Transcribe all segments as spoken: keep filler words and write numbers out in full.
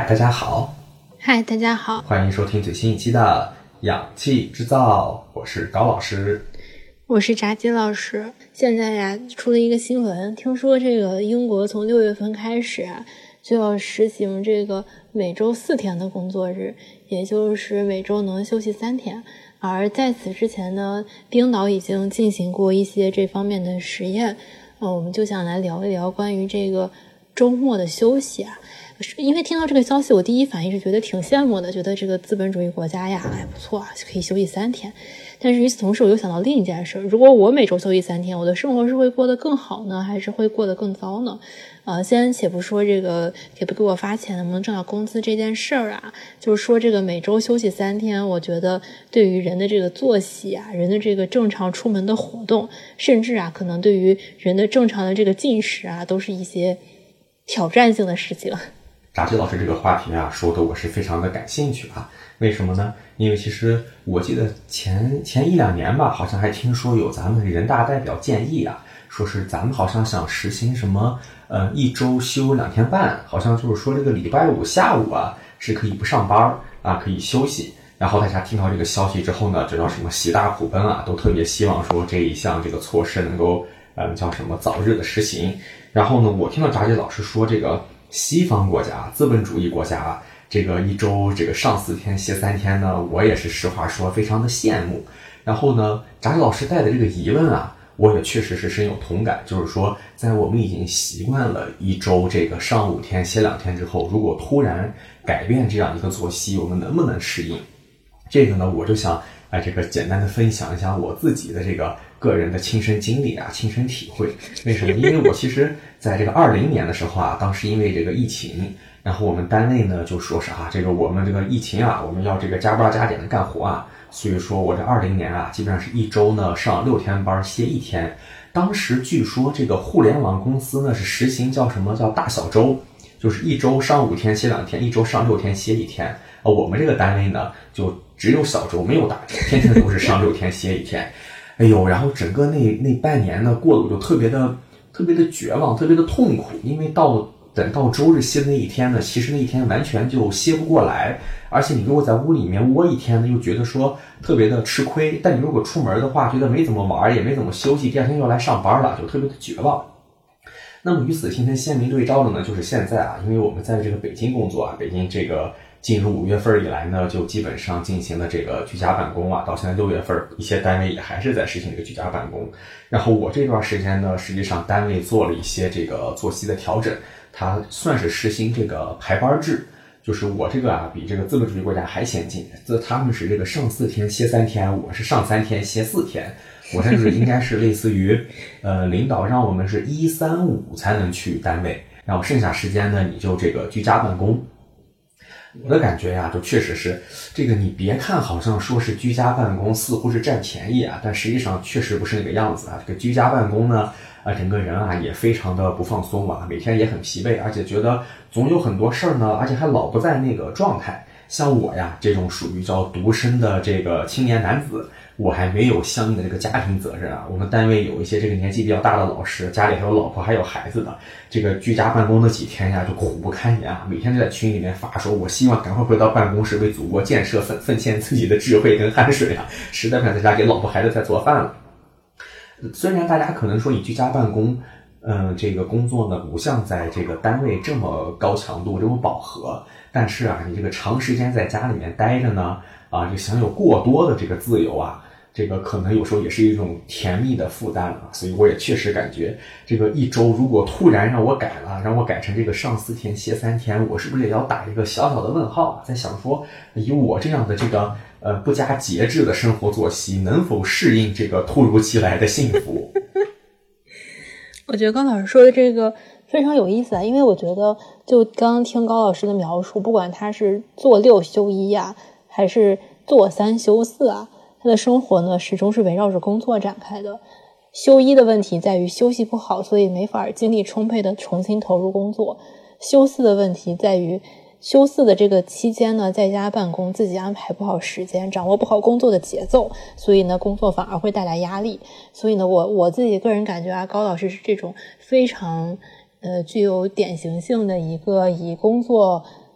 大家好。 嗨，大家好， 欢迎收听最新一期的氧气制造，我是高老师。 我是炸鸡老师。现在呀，出了一个新闻，听说这个英国从六月份开始啊，就要实行这个每周四天的工作日，也就是每周能休息三天。而在此之前呢，冰岛已经进行过一些这方面的实验。呃，我们就想来聊一聊关于这个周末的休息啊。因为听到这个消息，我第一反应是觉得挺羡慕的，觉得这个资本主义国家呀，哎不错啊，可以休息三天。但是与此同时，我又想到另一件事，如果我每周休息三天，我的生活是会过得更好呢，还是会过得更糟呢？呃，先且不说这个给不给我发钱，能不能挣到工资这件事儿啊，就是说这个每周休息三天，我觉得对于人的这个作息啊，人的这个正常出门的活动，甚至啊，可能对于人的正常的这个进食啊，都是一些挑战性的事情。 炸鸡老师这个话题啊，说的我是非常的感兴趣啊。为什么呢？因为其实我记得前前一两年吧，好像还听说有咱们人大代表建议啊，说是咱们好像想实行什么呃一周休两天半，好像就是说这个礼拜五下午啊是可以不上班啊，可以休息。然后大家听到这个消息之后呢，这叫什么喜大普奔啊，都特别希望说这一项这个措施能够呃叫什么早日的实行。然后呢，我听到炸鸡老师说这个西方国家资本主义国家啊，这个一周这个上四天歇三天呢，我也是实话说非常的羡慕。然后呢，炸鸡老师带的这个疑问啊，我也确实是深有同感，就是说在我们已经习惯了一周这个上五天歇两天之后，如果突然改变这样一个作息，我们能不能适应？这个呢，我就想哎，这个简单的分享一下我自己的这个个人的亲身经历啊，亲身体会。为什么？因为我其实在这个二零年的时候啊，当时因为这个疫情，然后我们单位呢就说是啊，这个我们这个疫情啊，我们要这个加班加点的干活啊，所以说我这二零年啊，基本上是一周呢上六天班歇一天。当时据说这个互联网公司呢是实行叫什么叫大小周，就是一周上五天歇两天，一周上六天歇一天。呃，我们这个单位呢就只有小周没有大周，天天都是上六天歇一天。哎呦，然后整个那那半年呢过得我就特别的特别的绝望，特别的痛苦，因为到等到周日歇的那一天呢，其实那一天完全就歇不过来，而且你如果在屋里面窝一天呢，又觉得说特别的吃亏，但你如果出门的话，觉得没怎么玩，也没怎么休息，第二天又来上班了，就特别的绝望。那么与此形成鲜明对照的呢，就是现在啊，因为我们在这个北京工作啊，北京这个进入五月份以来呢，就基本上进行了这个居家办公啊，到现在六月份，一些单位也还是在实行这个居家办公。然后我这段时间呢，实际上单位做了一些这个作息的调整，它算是实行这个排班制。就是我这个啊，比这个资本主义国家还先进，这他们是这个上四天歇三天，我是上三天歇四天。我这是应该是类似于，呃，领导让我们是一三五才能去单位，然后剩下时间呢，你就这个居家办公。我的感觉呀，就确实是这个，你别看好像说是居家办公似乎是占便宜啊，但实际上确实不是那个样子啊。这个居家办公呢，啊，整个人啊也非常的不放松啊，每天也很疲惫，而且觉得总有很多事儿呢，而且还老不在那个状态。像我呀，这种属于叫独身的这个青年男子，我还没有相应的这个家庭责任啊。我们单位有一些这个年纪比较大的老师，家里还有老婆还有孩子的，这个居家办公的几天呀，就苦不堪言啊。每天就在群里面发说，我希望赶快回到办公室，为祖国建设奉奉献自己的智慧跟汗水啊，实在不想在家给老婆孩子再做饭了。虽然大家可能说你居家办公，嗯，这个工作呢不像在这个单位这么高强度这么饱和，但是啊，你这个长时间在家里面待着呢，啊，就享有过多的这个自由啊，这个可能有时候也是一种甜蜜的负担啊。所以我也确实感觉，这个一周如果突然让我改了，让我改成这个上四天歇三天，我是不是也要打一个小小的问号啊？在想说，以我这样的这个呃不加节制的生活作息，能否适应这个突如其来的幸福？ 我觉得高老师说的这个非常有意思啊，因为我觉得就刚刚听高老师的描述，不管他是做六休一啊，还是做三休四啊，他的生活呢始终是围绕着工作展开的。休一的问题在于休息不好，所以没法精力充沛的重新投入工作。休四的问题在于休四的这个期间呢，在家办公，自己安排不好时间，掌握不好工作的节奏，所以呢，工作反而会带来压力。所以呢，我我自己个人感觉啊，高老师是这种非常呃具有典型性的一个以工作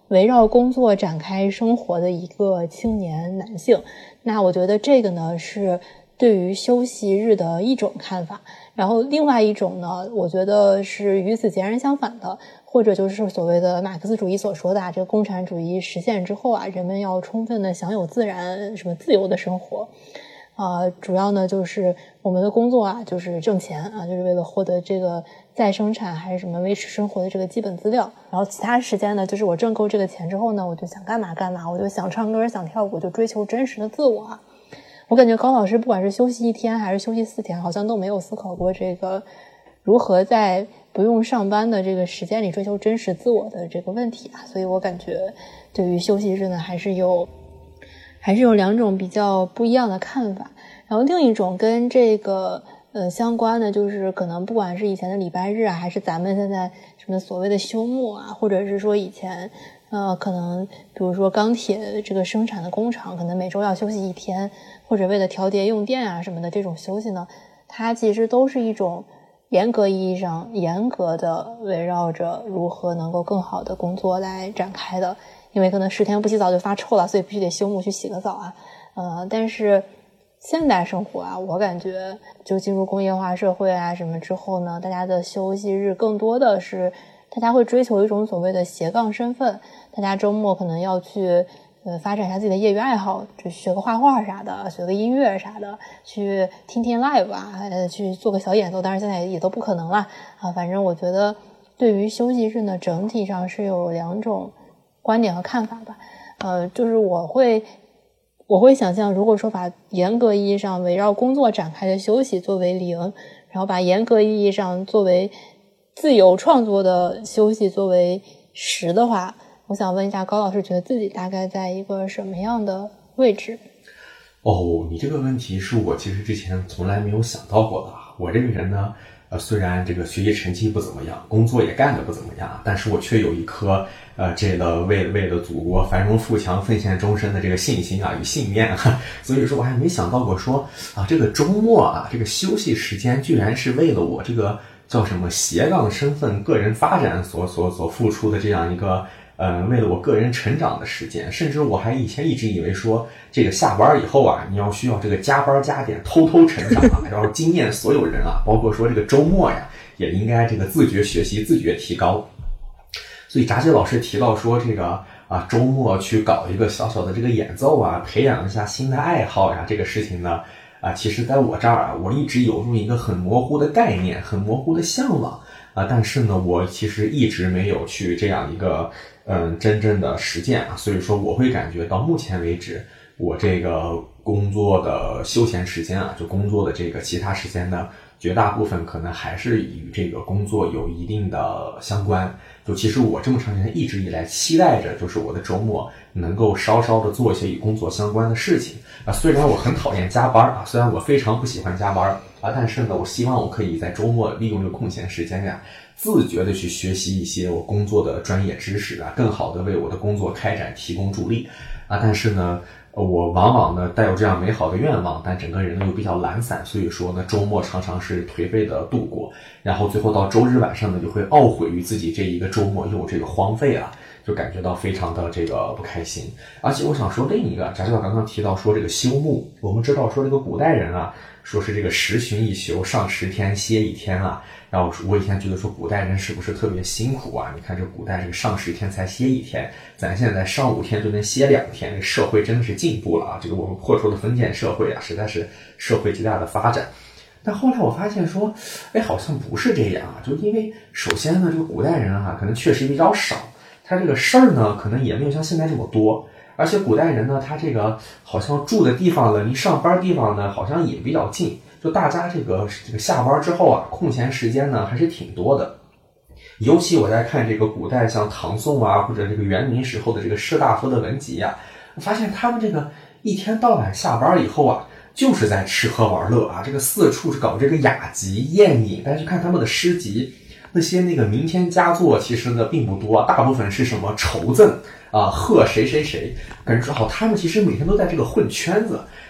围绕工作展开生活的一个青年男性。那我觉得这个呢是对于休息日的一种看法，然后另外一种呢，我觉得是与此截然相反的，或者就是所谓的马克思主义所说的啊，这个共产主义实现之后啊，人们要充分的享有自然什么自由的生活。呃，主要呢就是我们的工作啊，就是挣钱啊，就是为了获得这个再生产还是什么维持生活的这个基本资料。然后其他时间呢，就是我挣够这个钱之后呢，我就想干嘛干嘛，我就想唱歌想跳舞，就追求真实的自我啊。我感觉高老师不管是休息一天还是休息四天，好像都没有思考过这个如何在不用上班的这个时间里追求真实自我的这个问题啊。所以我感觉对于休息日呢，还是有还是有两种比较不一样的看法。然后另一种跟这个呃相关的，就是可能不管是以前的礼拜日啊，还是咱们现在什么所谓的休末啊，或者是说以前呃可能比如说钢铁这个生产的工厂可能每周要休息一天，或者为了调节用电啊什么的这种休息呢，它其实都是一种严格意义上严格的围绕着如何能够更好的工作来展开的。因为可能十天不洗澡就发臭了，所以必须得休沐去洗个澡啊。呃，但是现代生活啊，我感觉就进入工业化社会啊什么之后呢，大家的休息日更多的是大家会追求一种所谓的斜杠身份，大家周末可能要去呃发展一下自己的业余爱好，就学个画画啥的，学个音乐啥的，去听听 live 啊，呃去做个小演奏，当然现在也都不可能了啊。反正我觉得对于休息日呢，整体上是有两种观点和看法吧。呃就是我会我会想象，如果说把严格意义上围绕工作展开的休息作为零，然后把严格意义上作为自由创作的休息作为十的话，我想问一下高老师，觉得自己大概在一个什么样的位置？ 哦，你这个问题是我其实之前从来没有想到过的。我这个人呢，呃，虽然这个学习成绩不怎么样，工作也干得不怎么样，但是我却有一颗呃，这个为为了祖国繁荣富强奉献终身的这个信心啊与信念啊，所以说我还没想到过说啊，这个周末啊，这个休息时间居然是为了我这个叫什么斜杠身份、个人发展所所所付出的这样一个呃，为了我个人成长的时间。甚至我还以前一直以为说，这个下班以后啊，你要需要这个加班加点，偷偷成长啊，然后惊艳所有人啊，包括说这个周末呀，也应该这个自觉学习、自觉提高。所以炸鸡老师提到说这个啊，周末去搞一个小小的这个演奏啊，培养一下新的爱好呀，这个事情呢，啊，其实在我这儿啊，我一直有这么一个很模糊的概念，很模糊的向往啊，但是呢，我其实一直没有去这样一个嗯真正的实践啊，所以说我会感觉到目前为止，我这个工作的休闲时间啊，就工作的这个其他时间呢，绝大部分可能还是与这个工作有一定的相关。就其实我这么长时间一直以来期待着，就是我的周末能够稍稍的做一些与工作相关的事情啊。虽然我很讨厌加班啊，虽然我非常不喜欢加班啊，但是呢，我希望我可以在周末利用这个空闲时间呀，自觉的去学习一些我工作的专业知识啊，更好的为我的工作开展提供助力啊。但是呢，我往往呢带有这样美好的愿望，但整个人呢又比较懒散，所以说呢周末常常是颓废的度过，然后最后到周日晚上呢就会懊悔于自己这一个周末又这个荒废了，就感觉到非常的这个不开心。而且我想说另一个，翟指导刚刚提到说这个休沐，我们知道说这个古代人啊，说是这个十旬一宿，上十天歇一天啊。然后我以前觉得说古代人是不是特别辛苦啊？你看这古代这个上十天才歇一天，咱现在上五天就能歇两天，这社会真的是进步了啊！这个我们破除了封建社会啊，实在是社会极大的发展。但后来我发现说，哎，好像不是这样啊！就因为首先呢，这个古代人啊，可能确实比较少，他这个事儿呢，可能也没有像现在这么多。而且古代人呢，他这个好像住的地方呢，离上班地方呢，好像也比较近。就大家这个这个下班之后啊，空闲时间呢还是挺多的。尤其我在看这个古代像唐宋啊，或者这个元明时候的这个士大夫的文集啊，我发现他们这个一天到晚下班以后啊，就是在吃喝玩乐啊，这个四处搞这个雅集宴饮。大家去看他们的诗集，那些那个名篇佳作其实呢并不多，大部分是什么酬赠啊，贺谁谁谁，感觉好他们其实每天都在这个混圈子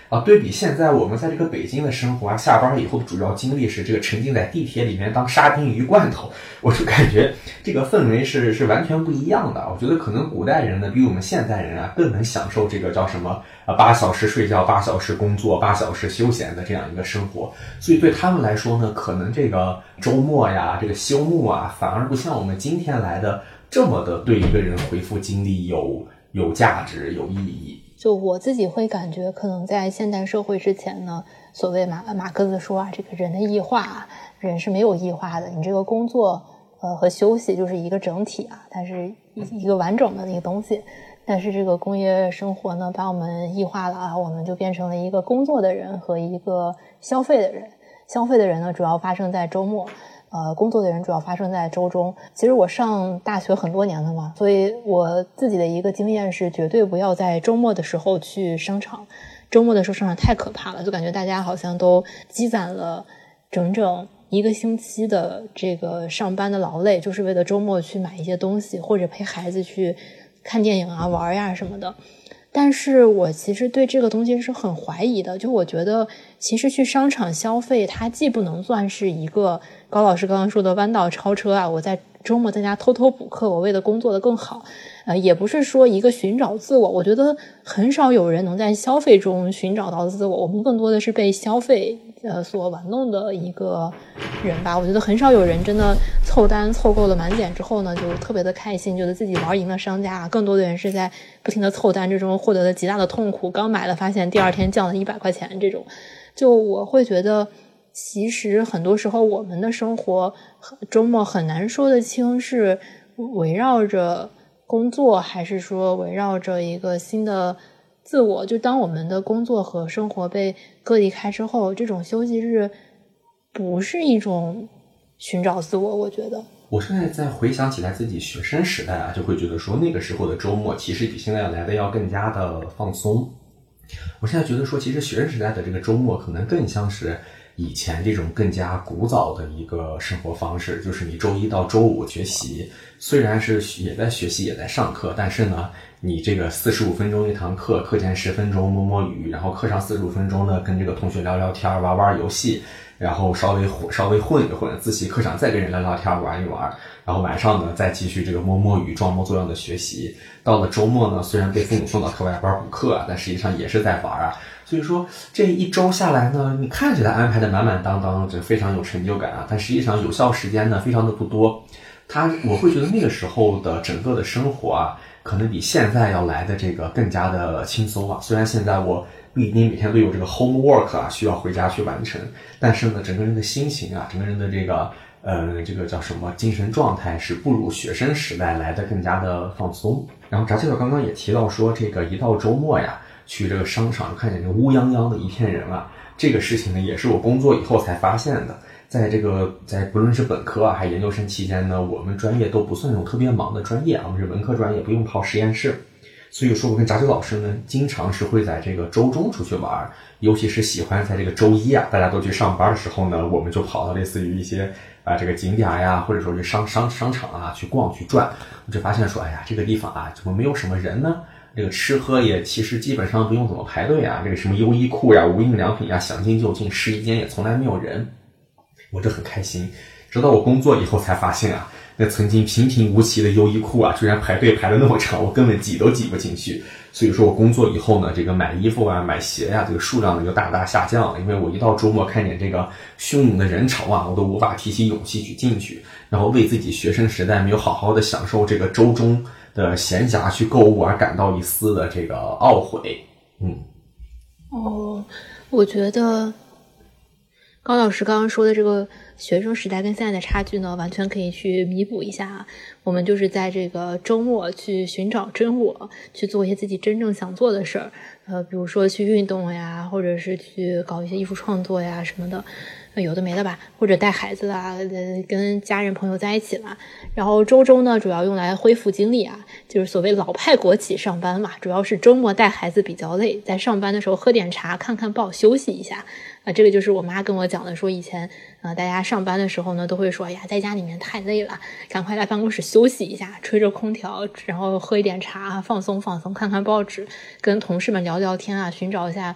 啊，对比现在我们在这个北京的生活啊，下班以后的主要经历是这个沉浸在地铁里面当沙丁鱼罐头，我就感觉这个氛围是是完全不一样的。我觉得可能古代人呢，比我们现代人啊更能享受这个叫什么啊八小时睡觉、八小时工作、八小时休闲的这样一个生活。所以对他们来说呢，可能这个周末呀、这个休沐啊，反而不像我们今天来的这么的对一个人回复精力有有价值、有意义。 就我自己会感觉，可能在现代社会之前呢，所谓马马克思说啊，这个人的异化啊，人是没有异化的。你这个工作呃和休息就是一个整体啊，它是一个完整的一个东西。但是这个工业生活呢，把我们异化了啊，我们就变成了一个工作的人和一个消费的人。消费的人呢，主要发生在周末。呃，工作的人主要发生在周中。其实我上大学很多年了嘛，所以我自己的一个经验是，绝对不要在周末的时候去商场。周末的时候商场太可怕了，就感觉大家好像都积攒了整整一个星期的这个上班的劳累，就是为了周末去买一些东西，或者陪孩子去看电影啊、玩呀什么的。但是我其实对这个东西是很怀疑的，就我觉得其实去商场消费，它既不能算是一个高老师刚刚说的弯道超车啊，我在周末在家偷偷补课，我为了工作的更好，呃，也不是说一个寻找自我，我觉得很少有人能在消费中寻找到自我，我们更多的是被消费呃所玩弄的一个人吧。我觉得很少有人真的凑单凑够了满减之后呢，就特别的开心，觉得自己玩赢了商家，更多的人是在不停的凑单之中获得了极大的痛苦，刚买了发现第二天降了一百块钱这种。就我会觉得其实很多时候我们的生活周末很难说得清是围绕着工作还是说围绕着一个新的自我。就当我们的工作和生活被割离开之后，这种休息日不是一种寻找自我，我觉得。 我现在在回想起来自己学生时代啊，就会觉得说那个时候的周末其实比现在来的要更加的放松。我现在觉得说其实学生时代的这个周末可能更像是以前这种更加古早的一个生活方式，就是你周一到周五学习，虽然是也在学习也在上课，但是呢你这个四十五分钟一堂课，课前十分钟摸摸鱼，然后课上四十五分钟呢跟这个同学聊聊天玩玩游戏，然后稍微稍微混一混，自习课上再跟人聊聊天玩一玩，然后晚上呢再继续这个摸摸鱼装模作样的学习。到了周末呢，虽然被父母送到课外班补课啊，但实际上也是在玩啊。所以说这一周下来呢，你看起来安排的满满当当，这非常有成就感啊，但实际上有效时间呢非常的不多。他我会觉得那个时候的整个的生活啊，可能比现在要来的这个更加的轻松啊。虽然现在我不一定每天都有这个 homework 啊，需要回家去完成，但是呢，整个人的心情啊，整个人的这个呃，这个叫什么精神状态是不如学生时代来的更加的放松。然后炸鸡佬刚刚也提到说，这个一到周末呀，去这个商场看见这个乌泱泱的一片人啊，这个事情呢，也是我工作以后才发现的。在这个在不论是本科啊还是研究生期间呢，我们专业都不算那种特别忙的专业啊，我们是文科专业，不用泡实验室。所以说我跟炸鸡老师呢，经常是会在这个周中出去玩，尤其是喜欢在这个周一啊，大家都去上班的时候呢，我们就跑到类似于一些啊、呃、这个景点呀，或者说是商商商场啊去逛去转。我就发现说，哎呀，这个地方啊，怎么没有什么人呢？这个吃喝也其实基本上不用怎么排队啊，这个什么优衣库呀、无印良品呀，想进就进，试衣间也从来没有人。我就很开心，直到我工作以后才发现啊，那曾经平平无奇的优衣库啊，居然排队排得那么长，我根本挤都挤不进去。所以说我工作以后呢，这个买衣服啊、买鞋呀、啊，这个数量呢就大大下降了。因为我一到周末看见这个汹涌的人潮啊，我都无法提起勇气去进去，然后为自己学生时代没有好好的享受这个周中的闲暇去购物而感到一丝的这个懊悔。嗯， 哦，我觉得高老师刚刚说的这个学生时代跟现在的差距呢，完全可以去弥补一下。我们就是在这个周末去寻找真我，去做一些自己真正想做的事儿，呃，比如说去运动呀，或者是去搞一些艺术创作呀什么的，有的没的吧，或者带孩子啦，呃，跟家人朋友在一起啦。然后周中呢，主要用来恢复精力啊，就是所谓老派国企上班嘛，主要是周末带孩子比较累，在上班的时候喝点茶，看看报，休息一下。啊、呃，这个就是我妈跟我讲的，说以前啊、呃，大家上班的时候呢，都会说，哎呀，在家里面太累了，赶快来办公室休息一下，吹着空调，然后喝一点茶，放松放松，看看报纸，跟同事们聊聊天啊，寻找一下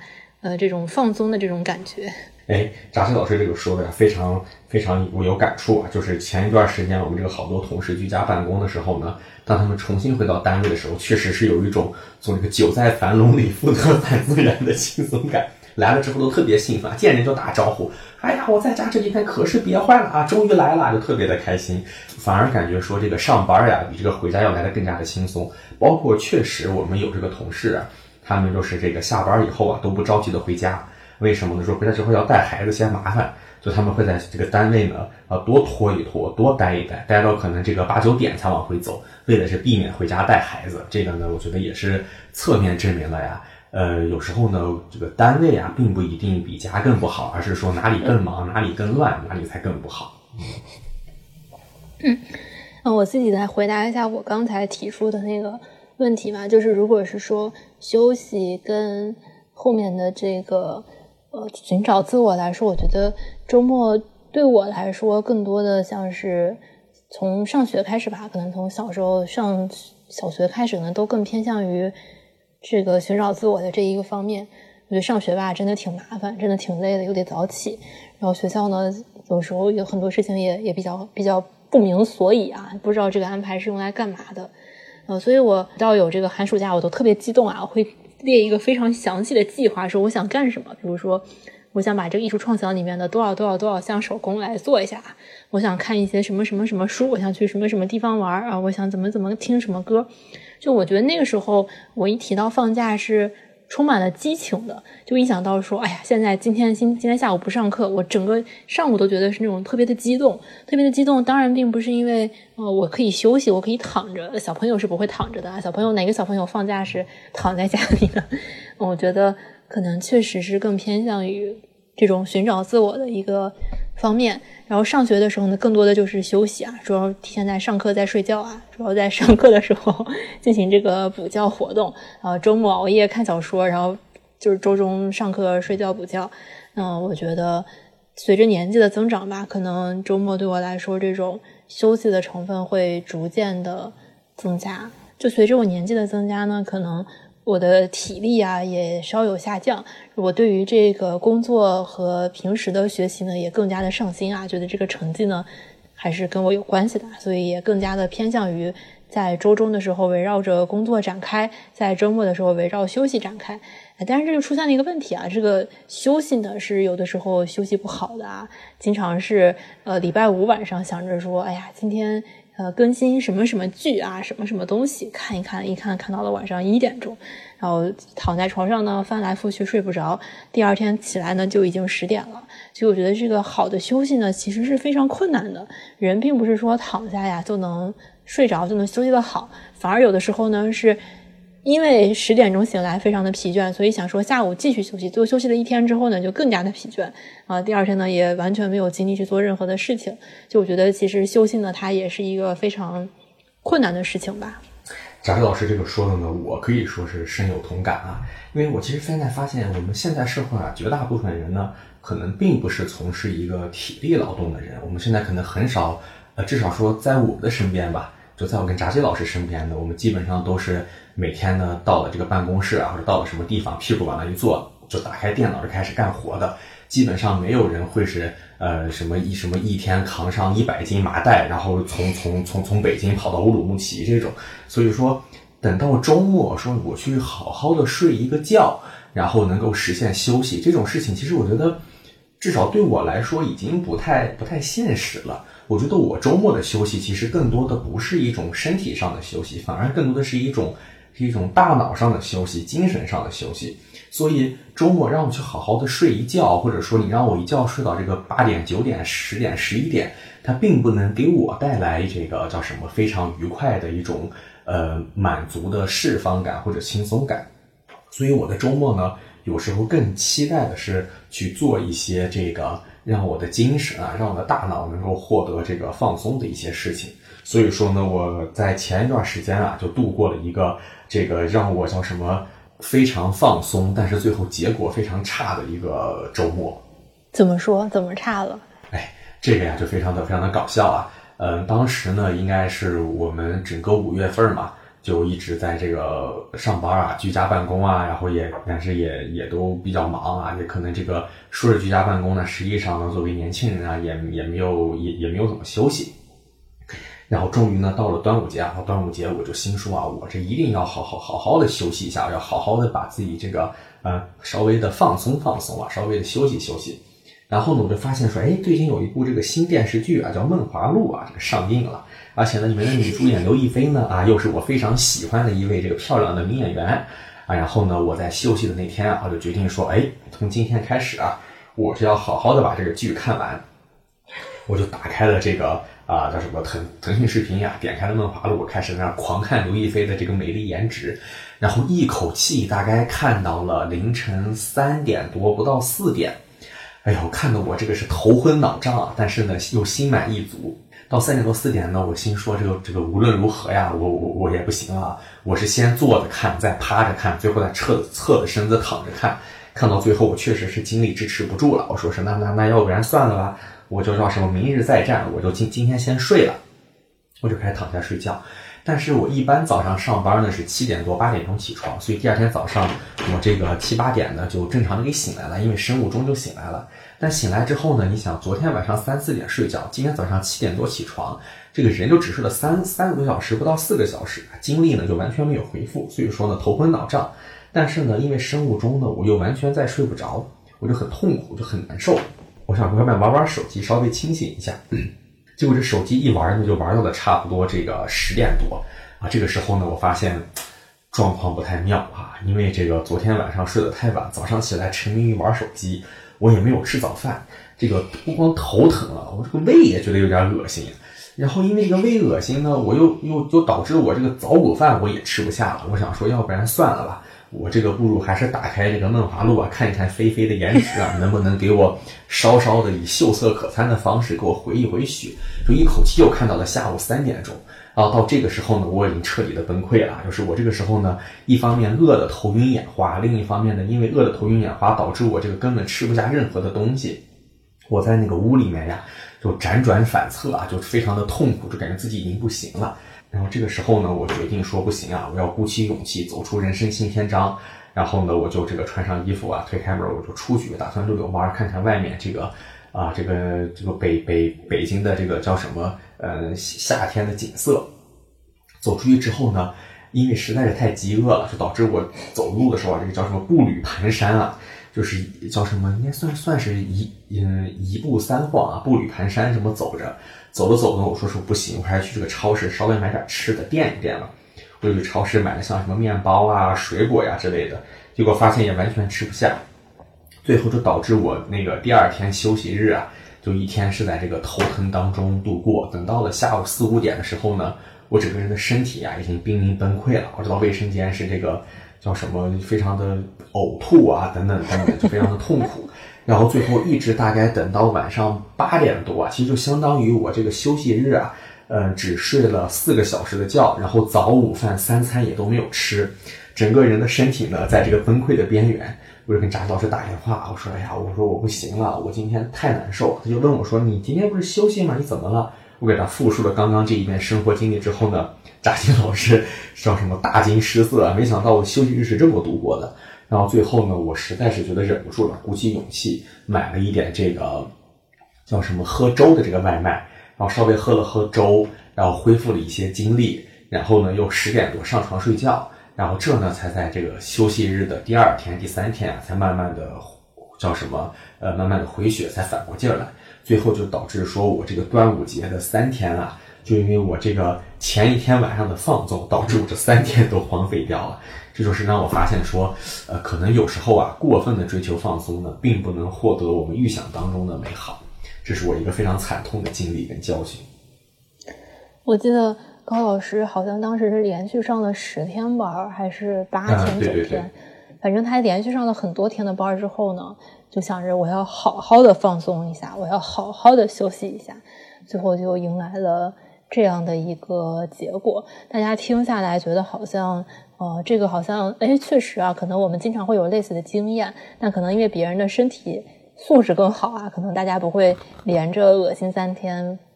呃这种放松的这种感觉。 哎，扎西老师这个说的呀，非常非常我有感触啊。就是前一段时间我们这个好多同事居家办公的时候呢，当他们重新回到单位的时候，确实是有一种从这个久在樊笼里复得返自然的轻松感。来了之后都特别兴奋，见人就打招呼，哎呀，我在家这几天可是憋坏了啊，终于来了，就特别的开心。反而感觉说这个上班呀，比这个回家要来的更加的轻松。包括确实我们有这个同事啊，他们就是这个下班以后啊都不着急的回家。为什么呢？说回来之后要带孩子嫌麻烦，就他们会在这个单位呢，呃，多拖一拖，多待一待，待到可能这个八九点才往回走，为的是避免回家带孩子。这个呢，我觉得也是侧面证明了呀，呃，有时候呢，这个单位啊，并不一定比家更不好，而是说哪里更忙，哪里更乱，哪里才更不好。 嗯，嗯，我自己来回答一下我刚才提出的那个问题吧，就是如果是说休息跟后面的这个呃寻找自我来说，我觉得周末对我来说更多的像是从上学开始吧，可能从小时候上小学开始，可能都更偏向于这个寻找自我的这一个方面。我觉得上学吧真的挺麻烦，真的挺累的，又得早起，然后学校呢有时候有很多事情也也比较比较不明所以啊，不知道这个安排是用来干嘛的。呃，所以我到有这个寒暑假我都特别激动啊，我会列一个非常详细的计划，说我想干什么。比如说我想把这个艺术创想里面的多少多少多少项手工来做一下，我想看一些什么什么什么书，我想去什么什么地方玩啊，我想怎么怎么听什么歌。就我觉得那个时候我一提到放假是充满了激情的，就一想到说哎呀，现在今天今今天下午不上课，我整个上午都觉得是那种特别的激动特别的激动。当然并不是因为呃我可以休息，我可以躺着，小朋友是不会躺着的，小朋友哪个小朋友放假是躺在家里的？我觉得可能确实是更偏向于这种寻找自我的一个方面。然后上学的时候呢，更多的就是休息啊，主要体现在上课在睡觉啊，主要在上课的时候进行这个补觉活动，然后周末熬夜看小说，然后就是周中上课睡觉补觉。嗯，我觉得随着年纪的增长吧，可能周末对我来说这种休息的成分会逐渐的增加。就随着我年纪的增加呢，可能我的体力啊也稍有下降，我对于这个工作和平时的学习呢也更加的上心啊，觉得这个成绩呢还是跟我有关系的，所以也更加的偏向于在周中的时候围绕着工作展开，在周末的时候围绕休息展开。但是这就出现了一个问题啊，这个休息呢是有的时候休息不好的啊，经常是呃礼拜五晚上想着说哎呀今天呃，更新什么什么剧啊，什么什么东西，看一看，一看看到了晚上一点钟，然后躺在床上呢，翻来覆去睡不着，第二天起来呢就已经十点了。所以我觉得这个好的休息呢，其实是非常困难的。人并不是说躺下呀就能睡着，就能休息得好，反而有的时候呢是因为十点钟醒来非常的疲倦，所以想说下午继续休息，最后休息了一天之后呢就更加的疲倦啊，第二天呢也完全没有精力去做任何的事情。就我觉得其实休息呢它也是一个非常困难的事情吧。 翟老师这个说的呢，我可以说是深有同感啊，因为我其实现在发现我们现在社会啊，绝大部分人呢可能并不是从事一个体力劳动的人，我们现在可能很少呃，至少说在我们的身边吧，就在我跟扎基老师身边的，我们基本上都是每天呢到了这个办公室啊，或者到了什么地方，屁股往那一坐，就打开电脑就开始干活的。基本上没有人会是呃什么一什么一天扛上一百斤麻袋，然后从从从从北京跑到乌鲁木齐这种。所以说，等到周末说我去好好的睡一个觉，然后能够实现休息这种事情，其实我觉得至少对我来说已经不太不太现实了。我觉得我周末的休息其实更多的不是一种身体上的休息，反而更多的是一种是一种大脑上的休息，精神上的休息。所以周末让我去好好的睡一觉，或者说你让我一觉睡到这个八点、九点、十点、十一点，它并不能给我带来这个叫什么非常愉快的一种呃满足的释放感或者轻松感。所以我的周末呢，有时候更期待的是去做一些这个让我的精神啊，让我的大脑能够获得这个放松的一些事情。所以说呢，我在前一段时间啊，就度过了一个这个让我叫什么非常放松，但是最后结果非常差的一个周末。 怎么说？怎么差了？ 哎，这个呀就非常的非常的搞笑啊。嗯，当时呢，应该是我们整个五月份嘛， 就一直在这个上班啊，居家办公啊，然后也但是也也都比较忙啊，也可能这个说是居家办公呢，实际上呢，作为年轻人啊，也也没有也也没有怎么休息。然后终于呢，到了端午节啊，到端午节我就心说啊，我这一定要好好好好的休息一下，要好好的把自己这个呃稍微的放松放松啊，稍微的休息休息。然后呢，我就发现说，哎，最近有一部这个新电视剧啊，叫《梦华录》啊，这个上映了，而且呢，里面的女主演刘亦菲呢，啊，又是我非常喜欢的一位这个漂亮的女演员啊。然后呢，我在休息的那天啊，我就决定说，哎，从今天开始啊，我是要好好的把这个剧看完。我就打开了这个啊、呃、叫什么腾腾讯视频呀，点开了《梦华录》，我开始在那狂看刘亦菲的这个美丽颜值，然后一口气大概看到了凌晨三点多，不到四点。哎呦，看得我这个是头昏脑胀啊，但是呢又心满意足。到三点多四点呢，我心说这个这个无论如何呀，我我我也不行了，我是先坐着看，再趴着看，最后再侧侧着身子躺着看。看到最后，我确实是精力支持不住了，我说是那那那要不然算了吧，我就叫什么明日再战，我就今今天先睡了，我就开始躺下睡觉。但是我一般早上上班呢是七点多八点钟起床，所以第二天早上我这个七八点呢就正常的给醒来了，因为生物钟就醒来了。但醒来之后呢，你想昨天晚上三四点睡觉，今天早上七点多起床，这个人就只睡了三三个多小时，不到四个小时，精力呢就完全没有恢复，所以说呢头昏脑胀。但是呢，因为生物钟呢，我又完全再睡不着，我就很痛苦，就很难受。我想说要不然玩玩手机，稍微清醒一下。结果这手机一玩呢，就玩到了差不多这个十点多啊。这个时候呢，我发现状况不太妙啊，因为这个昨天晚上睡得太晚，早上起来沉迷于玩手机，我也没有吃早饭，这个不光头疼了，我这个胃也觉得有点恶心。然后因为这个胃恶心呢，我又又就导致我这个早午饭我也吃不下了。我想说，要不然算了吧。我这个不如还是打开这个《梦华录》啊，看一看菲菲的颜值啊，能不能给我稍稍的以秀色可餐的方式给我回一回血。就一口气又看到了下午三点钟啊，到这个时候呢，我已经彻底的崩溃了。就是我这个时候呢，一方面饿得头晕眼花，另一方面呢，因为饿得头晕眼花，导致我这个根本吃不下任何的东西。我在那个屋里面呀，就辗转反侧啊，就非常的痛苦，就感觉自己已经不行了。然后这个时候呢，我决定说不行啊，我要鼓起勇气走出人生新篇章。然后呢，我就这个穿上衣服啊，推开门我就出去，打算溜溜弯，看看外面这个啊，这个这个北北北京的这个叫什么呃夏天的景色。走出去之后呢，因为实在是太饥饿了，就导致我走路的时候啊，这个叫什么步履蹒跚啊，就是叫什么应该算算是一嗯一步三晃啊，步履蹒跚这么走着。走着走着，我说说不行，我还是去这个超市稍微买点吃的垫一垫吧。我就去超市买了像什么面包啊、水果呀之类的，结果发现也完全吃不下，最后就导致我那个第二天休息日啊，就一天是在这个头疼当中度过。等到了下午四五点的时候呢，我整个人的身体啊已经濒临崩溃了。我知道卫生间是这个叫什么，非常的呕吐啊等等等等，就非常的痛苦。然后最后一直大概等到晚上八点多啊，其实就相当于我这个休息日啊，呃，只睡了四个小时的觉，然后早午饭三餐也都没有吃，整个人的身体呢，在这个崩溃的边缘。我就跟扎老师打电话，我说：“哎呀，我说我不行了，我今天太难受了。”他就问我说：“你今天不是休息吗？你怎么了？”我给他复述了刚刚这一遍生活经历之后呢，扎金老师叫什么大惊失色啊！没想到我休息日是这么度过的。然后最后呢，我实在是觉得忍不住了，鼓起勇气买了一点这个叫什么喝粥的这个外卖，然后稍微喝了喝粥，然后恢复了一些精力，然后呢又十点多上床睡觉，然后这呢才在这个休息日的第二天、第三天啊，才慢慢的叫什么呃慢慢的回血，才反过劲儿来。最后就导致说我这个端午节的三天啊，就因为我这个前一天晚上的放纵，导致我这三天都荒废掉了。这就是让我发现说，呃，可能有时候啊，过分的追求放松呢，并不能获得我们预想当中的美好。这是我一个非常惨痛的经历跟教训。 我记得高老师好像当时是连续上了十天班，还是八天、 嗯、对对对九天，反正他连续上了很多天的班之后呢，就想着我要好好的放松一下，我要好好的休息一下，最后就迎来了这样的一个结果。大家听下来觉得好像呃，这个好像哎，确实啊，可能我们经常会有类似的经验，但可能因为别人的身体素质更好啊，可能大家不会连着恶心三天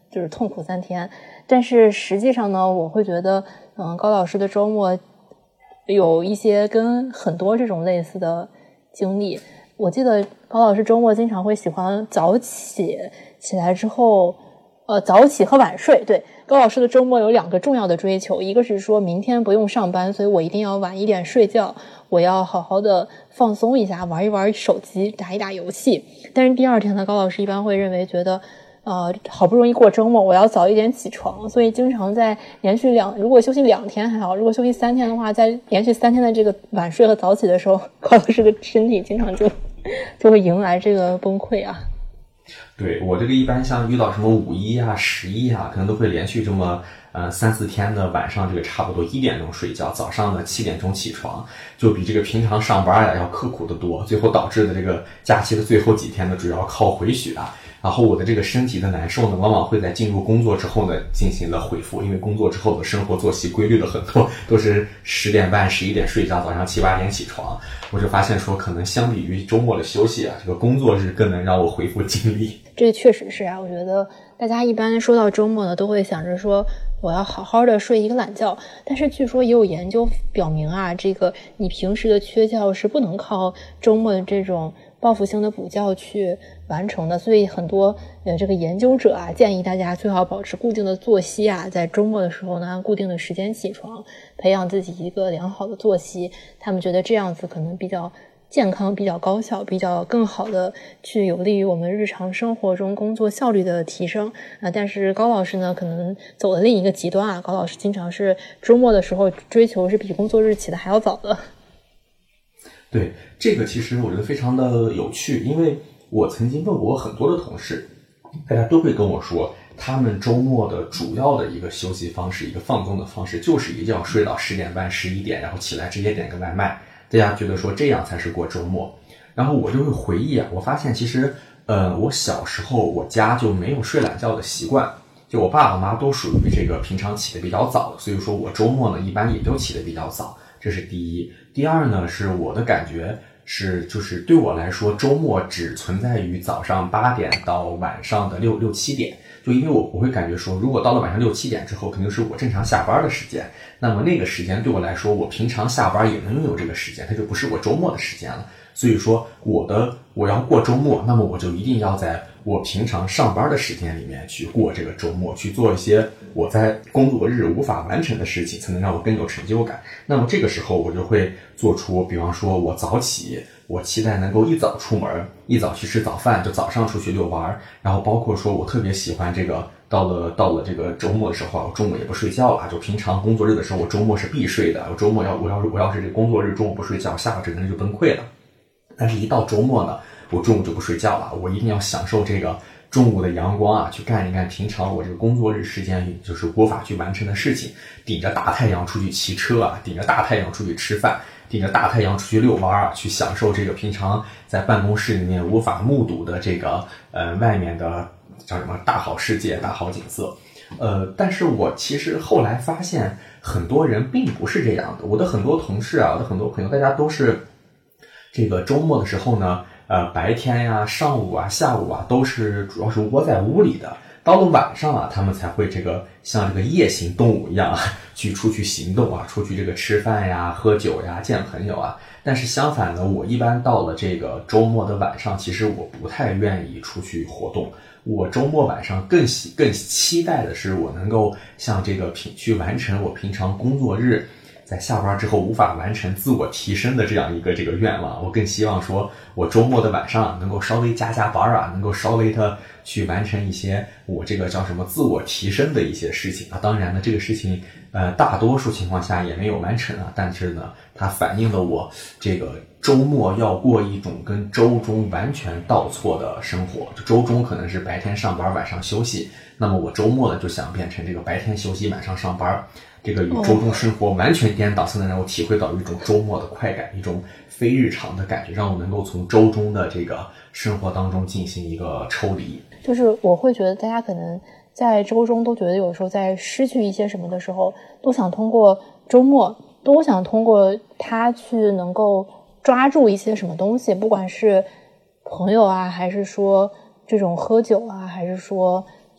就是痛苦三天。但是实际上呢，我会觉得嗯，高老师的周末有一些跟很多这种类似的经历。我记得高老师周末经常会喜欢早起，起来之后呃，早起和晚睡。对，高老师的周末有两个重要的追求，一个是说明天不用上班，所以我一定要晚一点睡觉，我要好好的放松一下，玩一玩手机，打一打游戏。但是第二天呢，高老师一般会认为觉得呃，好不容易过周末，我要早一点起床，所以经常在连续两，如果休息两天还好，如果休息三天的话，在连续三天的这个晚睡和早起的时候，高老师的身体经常就就会迎来这个崩溃啊。 对，我这个一般像遇到什么五一啊、十一啊，可能都会连续这么呃三四天的晚上这个差不多一点钟睡觉，早上的七点钟起床，就比这个平常上班呀要刻苦得多，最后导致的这个假期的最后几天呢，主要靠回血啊。然后我的这个身体的难受呢，往往会在进入工作之后呢进行了恢复，因为工作之后的生活作息规律了很多，都是十点半、十一点睡觉，早上七八点起床。我就发现说，可能相比于周末的休息啊，这个工作日更能让我恢复精力。 这确实是啊，我觉得大家一般说到周末呢，都会想着说我要好好的睡一个懒觉，但是据说也有研究表明啊，这个你平时的缺觉是不能靠周末的这种报复性的补觉去完成的，所以很多呃这个研究者啊建议大家最好保持固定的作息啊，在周末的时候呢按固定的时间起床，培养自己一个良好的作息，他们觉得这样子可能比较健康，比较高效，比较更好的去有利于我们日常生活中工作效率的提升啊、呃。但是高老师呢可能走了另一个极端啊，高老师经常是周末的时候追求是比工作日起的还要早的。 对，这个其实我觉得非常的有趣，因为我曾经问过我很多的同事，大家都会跟我说，他们周末的主要的一个休息方式，一个放松的方式，就是一定要睡到十点半、十一点，然后起来直接点个外卖。大家觉得说这样才是过周末。然后我就会回忆啊，我发现其实呃，我小时候我家就没有睡懒觉的习惯，就我爸爸妈妈都属于这个平常起得比较早的，所以说我周末呢一般也就起得比较早，这是第一。第二呢，是我的感觉是就是对我来说，周末只存在于早上八点到晚上的六六七点。就因为我我会感觉说，如果到了晚上六七点之后，肯定是我正常下班的时间，那么那个时间对我来说，我平常下班也能拥有这个时间，它就不是我周末的时间了。所以说我的我要过周末，那么我就一定要在我平常上班的时间里面去过这个周末，去做一些我在工作日无法完成的事情，才能让我更有成就感。那么这个时候我就会做出，比方说我早起，我期待能够一早出门，一早去吃早饭，就早上出去遛弯，然后包括说我特别喜欢这个到了到了这个周末的时候，我中午也不睡觉了，就平常工作日的时候我周末是必睡的，我周末要我要是我要是这工作日中午不睡觉，下午整个人就崩溃了。但是一到周末呢，我中午就不睡觉了，我一定要享受这个中午的阳光啊，去干一干平常我这个工作日时间就是无法去完成的事情，顶着大太阳出去骑车啊，顶着大太阳出去吃饭，顶着大太阳出去遛弯啊，去享受这个平常在办公室里面无法目睹的这个呃外面的叫什么大好世界、大好景色。呃，但是我其实后来发现很多人并不是这样的，我的很多同事啊，我的很多朋友，大家都是这个周末的时候呢，呃，白天呀、上午啊、下午啊，都是主要是窝在屋里的。到了晚上啊，他们才会这个像这个夜行动物一样啊，去出去行动啊，出去这个吃饭呀、喝酒呀、见朋友啊。但是相反呢，我一般到了这个周末的晚上，其实我不太愿意出去活动。我周末晚上更喜更期待的是，我能够像这个平去完成我平常工作日在下班之后无法完成自我提升的这样一个这个愿望。我更希望说我周末的晚上能够稍微加加班啊，能够稍微的去完成一些我这个叫什么自我提升的一些事情啊。当然呢，这个事情呃大多数情况下也没有完成啊，但是呢，它反映了我这个周末要过一种跟周中完全倒错的生活。就周中可能是白天上班晚上休息，那么我周末呢就想变成这个白天休息晚上上班，这个与周中生活完全颠倒，才能让我体会到一种周末的快感，一种非日常的感觉，让我能够从周中的这个生活当中进行一个抽离。 就是我会觉得大家可能在周中都觉得有时候在失去一些什么的时候，都想通过周末，都想通过它去能够抓住一些什么东西，不管是朋友啊，还是说这种喝酒啊，还是说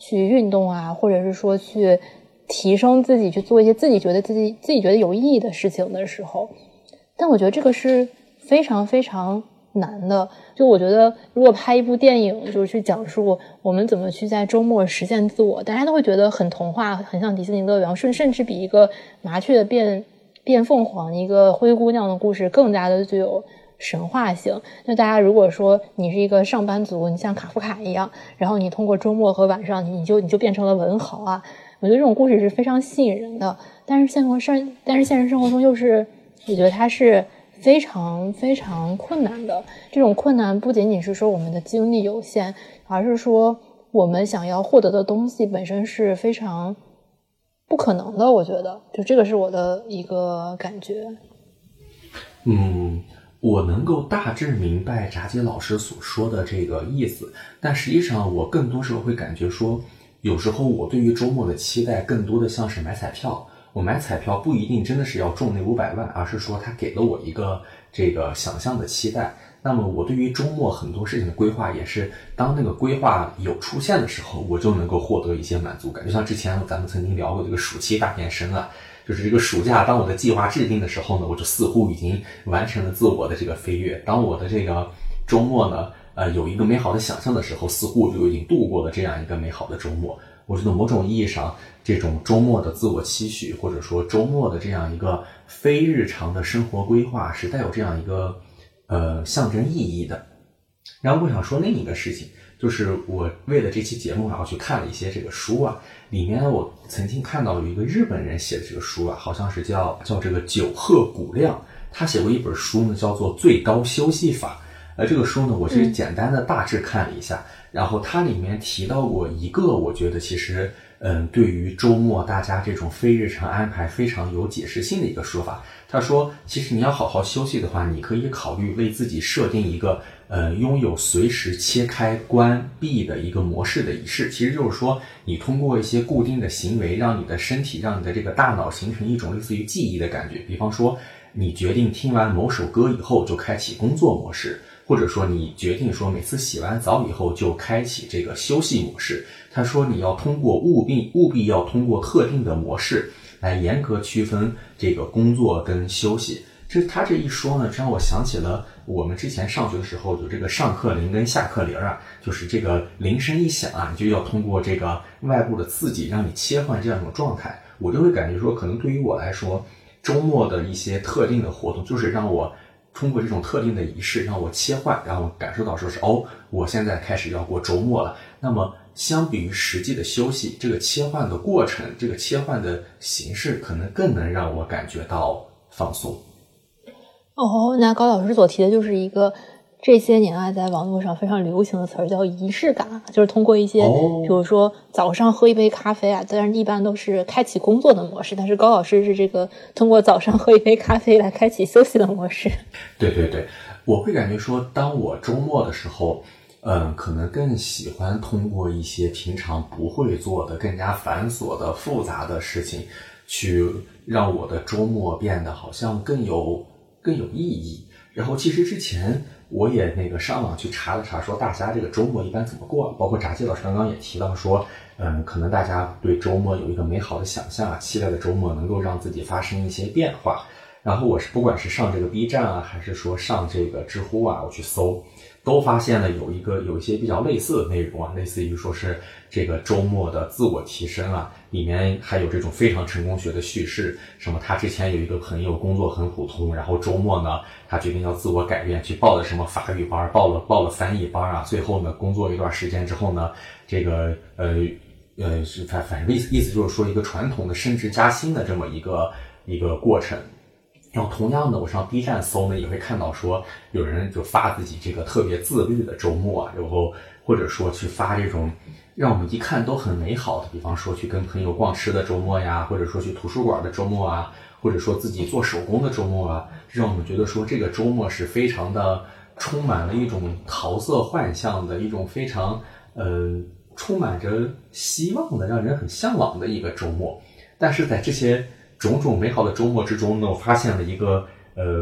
去运动啊，或者是说去提升自己，去做一些自己觉得自己自己觉得有意义的事情的时候，但我觉得这个是非常非常难的。就我觉得如果拍一部电影就是去讲述我们怎么去在周末实现自我，大家都会觉得很童话，很像迪士尼乐园，甚甚至比一个麻雀变变凤凰，一个灰姑娘的故事更加的具有神话性。那大家如果说你是一个上班族，你像卡夫卡一样，然后你通过周末和晚上你就你就变成了文豪啊，我觉得这种故事是非常吸引人的。但是现活生但是现实生活中又是我觉得它是非常非常困难的。这种困难不仅仅是说我们的精力有限，而是说我们想要获得的东西本身是非常不可能的。我觉得就这个是我的一个感觉。 嗯，我能够大致明白炸鸡老师所说的这个意思，但实际上我更多时候会感觉说，有时候我对于周末的期待更多的像是买彩票。我买彩票不一定真的是要中那五百万，而是说它给了我一个这个想象的期待。那么我对于周末很多事情的规划也是，当那个规划有出现的时候，我就能够获得一些满足感。就像之前咱们曾经聊过这个暑期大变身啊，就是这个暑假当我的计划制定的时候呢，我就似乎已经完成了自我的这个飞跃。当我的这个周末呢呃有一个美好的想象的时候，似乎我就已经度过了这样一个美好的周末。我觉得某种意义上，这种周末的自我期许，或者说周末的这样一个非日常的生活规划，是带有这样一个呃象征意义的。然后我想说另一个事情，就是我为了这期节目啊，我去看了一些这个书啊，里面我曾经看到有一个日本人写的这个书啊，好像是叫叫这个久贺古亮，他写过一本书呢，叫做《最高休息法》。呃，这个书呢，我是简单的大致看了一下，嗯、然后它里面提到过一个，我觉得其实，嗯，对于周末大家这种非日常安排非常有解释性的一个说法。他说，其实你要好好休息的话，你可以考虑为自己设定一个，呃，拥有随时切开关闭的一个模式的仪式。其实就是说，你通过一些固定的行为，让你的身体，让你的这个大脑形成一种类似于记忆的感觉。比方说，你决定听完某首歌以后就开启工作模式。或者说你决定说每次洗完澡以后就开启这个休息模式。他说你要通过务必务必要通过特定的模式来严格区分这个工作跟休息。这他这一说呢，让我想起了我们之前上学的时候有这个上课铃跟下课铃啊，就是这个铃声一响啊，你就要通过这个外部的刺激让你切换这样一种状态。我就会感觉说，可能对于我来说，周末的一些特定的活动就是让我通过这种特定的仪式让我切换，让我感受到说是哦，我现在开始要过周末了。那么相比于实际的休息，这个切换的过程，这个切换的形式可能更能让我感觉到放松。 哦，那高老师所提的就是一个这些年啊，在网络上非常流行的词儿叫仪式感，就是通过一些，比如说早上喝一杯咖啡啊，当然一般都是开启工作的模式，但是高老师是这个通过早上喝一杯咖啡来开启休息的模式。 对对对，我会感觉说，当我周末的时候，嗯，可能更喜欢通过一些平常不会做的、更加繁琐的、复杂的事情，去让我的周末变得好像更有更有意义。然后其实之前我也那个上网去查了查，说大家这个周末一般怎么过，包括炸鸡老师刚刚也提到说，嗯，可能大家对周末有一个美好的想象啊，期待的周末能够让自己发生一些变化。然后我是不管是上这个 B 站啊，还是说上这个知乎啊，我去搜，都发现了有一个有一些比较类似的内容啊，类似于说是这个周末的自我提升啊，里面还有这种非常成功学的叙事，什么他之前有一个朋友工作很普通，然后周末呢他决定要自我改变，去报了什么法语班，报了报了翻译班啊，最后呢工作一段时间之后呢，这个呃呃是反反正意思意思就是说一个传统的升职加薪的这么一个一个过程。然后同样的，我上 B 站搜呢，也会看到说有人就发自己这个特别自律的周末啊，然后或者说去发这种让我们一看都很美好的，比方说去跟朋友逛吃的周末呀，或者说去图书馆的周末啊，或者说自己做手工的周末啊，让我们觉得说这个周末是非常的充满了一种桃色幻象的一种非常呃充满着希望的，让人很向往的一个周末。但是在这些种种美好的周末之中呢，我发现了一个呃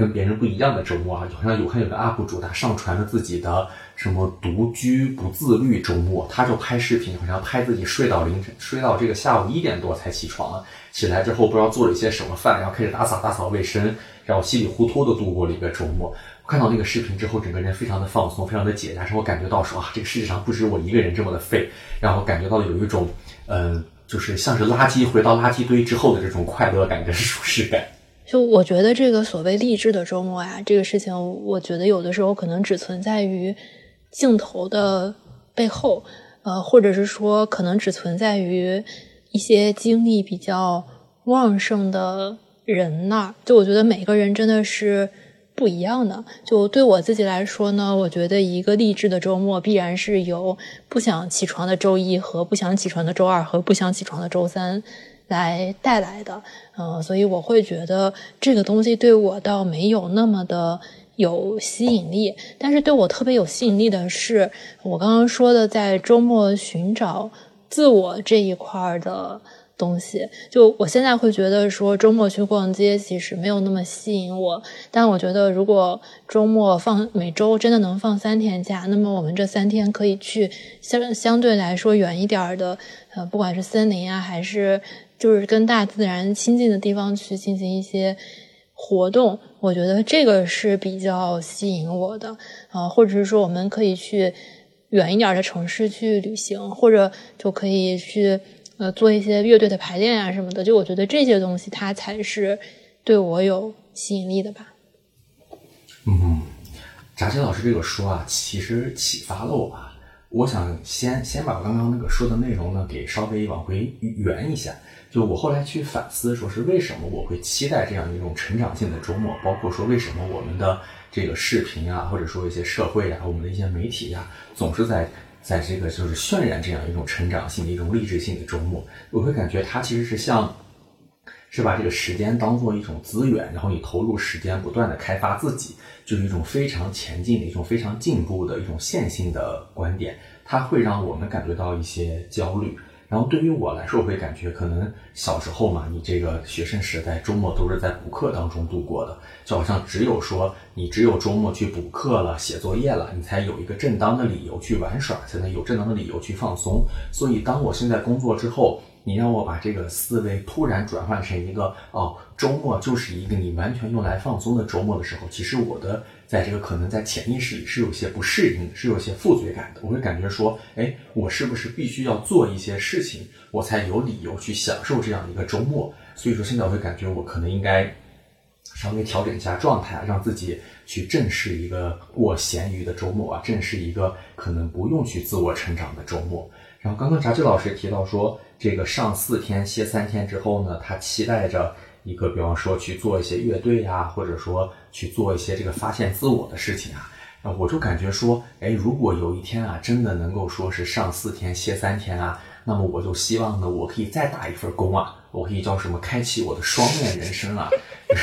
跟别人不一样的周末啊，好像有看有个 U P 主他上传了自己的什么独居不自律周末，他就拍视频，好像拍自己睡到凌晨，睡到这个下午一点多才起床，起来之后不知道做了一些什么饭，然后开始打扫打扫卫生，然后稀里糊涂的度过了一个周末。我看到那个视频之后，整个人非常的放松，非常的解压，让我感觉到说啊，这个世界上不止我一个人这么的废，让我感觉到有一种嗯、呃，就是像是垃圾回到垃圾堆之后的这种快乐感跟舒适感。 就我觉得这个所谓励志的周末呀，这个事情我觉得有的时候可能只存在于镜头的背后，呃，或者是说可能只存在于一些精力比较旺盛的人那儿。就我觉得每个人真的是不一样的。就对我自己来说呢，我觉得一个励志的周末必然是由不想起床的周一和不想起床的周二和不想起床的周三来带来的。嗯、呃，所以我会觉得这个东西对我倒没有那么的有吸引力。但是对我特别有吸引力的是我刚刚说的在周末寻找自我这一块的东西。就我现在会觉得说周末去逛街其实没有那么吸引我，但我觉得如果周末放每周真的能放三天假，那么我们这三天可以去相相对来说远一点的呃，不管是森林啊还是就是跟大自然亲近的地方去进行一些活动，我觉得这个是比较吸引我的。呃，或者是说我们可以去远一点的城市去旅行，或者就可以去呃做一些乐队的排练啊什么的。就我觉得这些东西它才是对我有吸引力的吧。 嗯，炸鸡老师这个说啊，其实启发了我吧。我想先先把刚刚那个说的内容呢给稍微往回圆一下。就我后来去反思，说是为什么我会期待这样一种成长性的周末，包括说为什么我们的这个视频啊，或者说一些社会啊，我们的一些媒体啊，总是在在这个就是渲染这样一种成长性的一种励志性的周末。我会感觉它其实是像是把这个时间当做一种资源，然后你投入时间不断的开发自己，就是一种非常前进的一种非常进步的一种线性的观点，它会让我们感觉到一些焦虑。然后对于我来说，我会感觉可能小时候嘛，你这个学生时代周末都是在补课当中度过的，就好像只有说你只有周末去补课了、写作业了，你才有一个正当的理由去玩耍，才能有正当的理由去放松。所以当我现在工作之后，你让我把这个思维突然转换成一个哦，周末就是一个你完全用来放松的周末的时候，其实我的在这个可能在潜意识里是有些不适应的，是有些负罪感的。我会感觉说，哎，我是不是必须要做一些事情，我才有理由去享受这样一个周末？所以说现在我会感觉我可能应该稍微调整一下状态，让自己去正视一个过闲鱼的周末啊，正视一个可能不用去自我成长的周末。然后刚刚炸鸡老师提到说，这个上四天歇三天之后呢，他期待着一个比方说去做一些乐队啊，或者说去做一些这个发现自我的事情啊。然后我就感觉说，哎，如果有一天啊，真的能够说是上四天歇三天啊，那么我就希望呢，我可以再打一份工啊，我可以叫什么，开启我的双面人生啊。